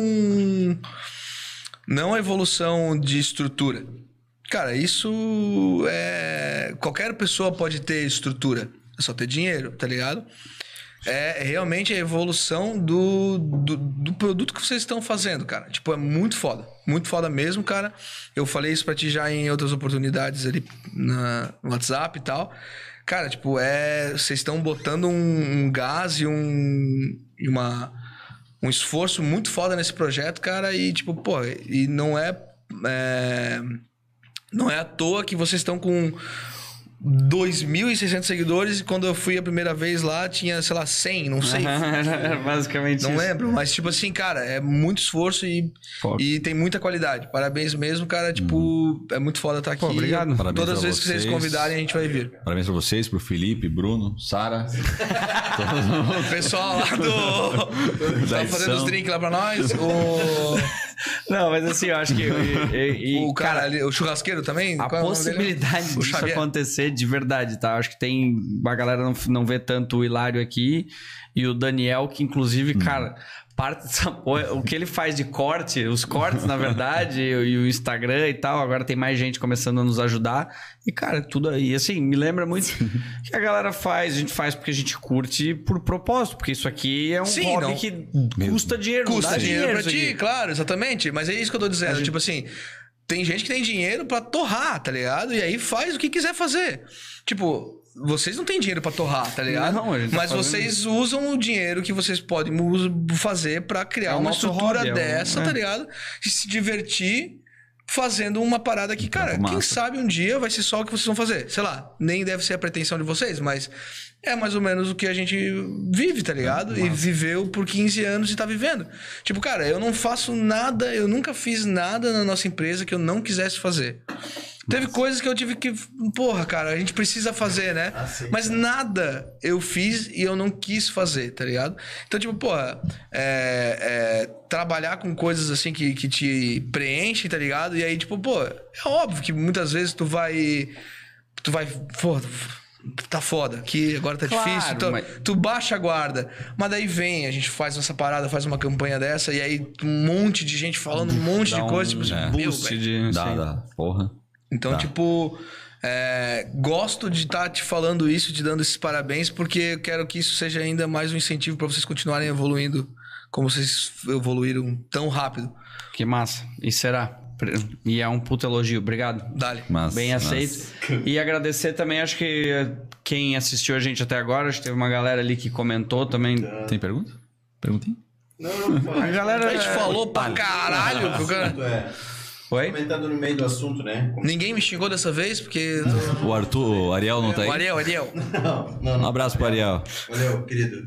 não a evolução de estrutura. Cara, isso é... Qualquer pessoa pode ter estrutura. É só ter dinheiro, tá ligado? É realmente a evolução do produto que vocês estão fazendo, cara. Tipo, é muito foda. Muito foda mesmo, cara. Eu falei isso pra ti já em outras oportunidades ali no WhatsApp e tal. Cara, tipo, vocês estão botando um gás e um esforço muito foda nesse projeto, cara. E, tipo, pô, e não é à toa que vocês estão com 2.600 seguidores e quando eu fui a primeira vez lá tinha, sei lá, 100, não sei. Basicamente Não isso. lembro, mas tipo assim, cara, é muito esforço e tem muita qualidade. Parabéns mesmo, cara, tipo, é muito foda estar aqui. Pô, obrigado. Parabéns Todas as pra vezes que vocês vocês. convidarem, a gente vai vir. Parabéns pra vocês, pro Felipe, Bruno, Sara. O pessoal lá do... tá fazendo os drinks lá pra nós. Não, mas assim, eu acho que... O cara ali, o churrasqueiro também? A Qual é o nome dele? possibilidade O disso Xavier. acontecer de verdade, tá? Acho que tem... A galera não vê tanto o Hilário aqui e o Daniel, que inclusive, cara... Parte dessa porra, o que ele faz de corte, os cortes, na verdade, e o Instagram e tal, agora tem mais gente começando a nos ajudar. E, cara, tudo aí, assim, me lembra muito que a galera faz, a gente faz porque a gente curte por propósito, porque isso aqui é um Sim, hobby não. que custa dinheiro, não Custa dá dinheiro pra isso ti, aqui. claro, exatamente. Mas é isso que eu tô dizendo. Tipo assim, tem gente que tem dinheiro pra torrar, tá ligado? E aí faz o que quiser fazer. Tipo, vocês não têm dinheiro pra torrar, tá ligado? Não, a gente tá mas fazendo vocês usam o dinheiro que vocês podem fazer pra criar É o uma nosso estrutura hobby, dessa, tá ligado? E se divertir fazendo uma parada que, cara, trampo quem massa. sabe um dia vai ser só o que vocês vão fazer. Sei lá, nem deve ser a pretensão de vocês, mas é mais ou menos o que a gente vive, tá ligado? E viveu por 15 anos e tá vivendo. Tipo, cara, eu não faço nada, eu nunca fiz nada na nossa empresa que eu não quisesse fazer. Teve coisas que eu tive que... Porra, cara, a gente precisa fazer, né? sim, Mas nada eu fiz e eu não quis fazer, tá ligado? Então, tipo, porra... trabalhar com coisas assim que te preenchem, tá ligado? E aí, tipo, pô... É óbvio que muitas vezes tu vai... Pô, tá foda, que agora tá Claro, difícil. Então, mas- tu baixa a guarda. Mas daí vem, a gente faz essa parada, faz uma campanha dessa, e aí um monte de gente falando um monte Dá de coisa. Tipo assim, meu, boost velho. de... Dá. Porra. Então, tipo, gosto de estar te falando isso, te dando esses parabéns, porque eu quero que isso seja ainda mais um incentivo para vocês continuarem evoluindo como vocês evoluíram tão rápido. Que massa. E será. E é um puto elogio. Obrigado. Dale. Massa, Bem massa. aceito. E agradecer também, acho que quem assistiu a gente até agora, acho que teve uma galera ali que comentou também. Tem pergunta? Perguntinha? Não, A galera... A gente falou pra caralho. Que o cara... Oi? Comentando no meio do assunto, né? Ninguém me xingou dessa vez, porque... O Arthur, o Ariel não tá aí? O Ariel. Não. Um abraço pro Ariel. Valeu, querido.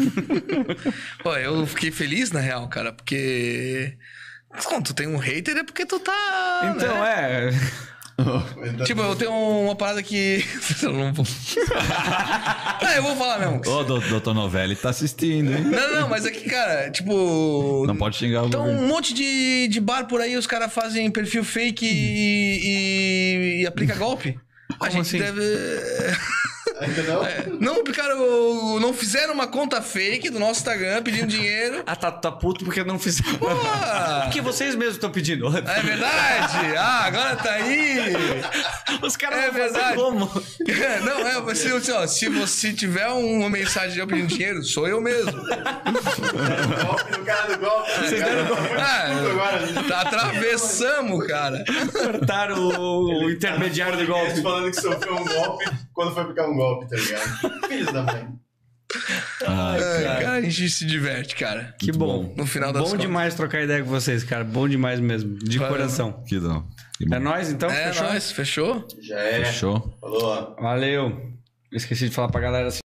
Pô, eu fiquei feliz, na real, cara, porque... Quando tu tem um hater é porque tu tá... Então, né? Tipo, eu tenho uma parada que... eu não vou... eu vou falar mesmo. Ô, doutor Novelli tá assistindo, hein? Não, mas é que, cara, tipo... Não pode xingar o Então, governo. um monte de bar por aí, os caras fazem perfil fake e aplica golpe. A gente assim? deve... Ainda não? Não aplicaram... Não fizeram uma conta fake do nosso Instagram pedindo dinheiro. Ah, tá puto porque não fizeram. Porra! Porque vocês mesmos estão pedindo. É verdade? Ah, agora tá aí! Os caras É vão fazer verdade. como? Não, se você tiver uma mensagem de eu pedindo dinheiro, sou eu mesmo. O cara do golpe. Vocês deram golpe. Atravessamos, cara. Cortaram o intermediário do golpe. Eles falando que sofreu um golpe quando foi aplicar um golpe, tá ligado? Filhos da mãe. Cara, a gente se diverte, cara. Que bom. No final das Bom contas. demais trocar ideia com vocês, cara. Bom demais mesmo. De Valeu. coração. Que dó. Que bom. É nóis, então? É Fechou? nóis, fechou? Já é. Fechou. Falou. Valeu. Esqueci de falar pra galera assim.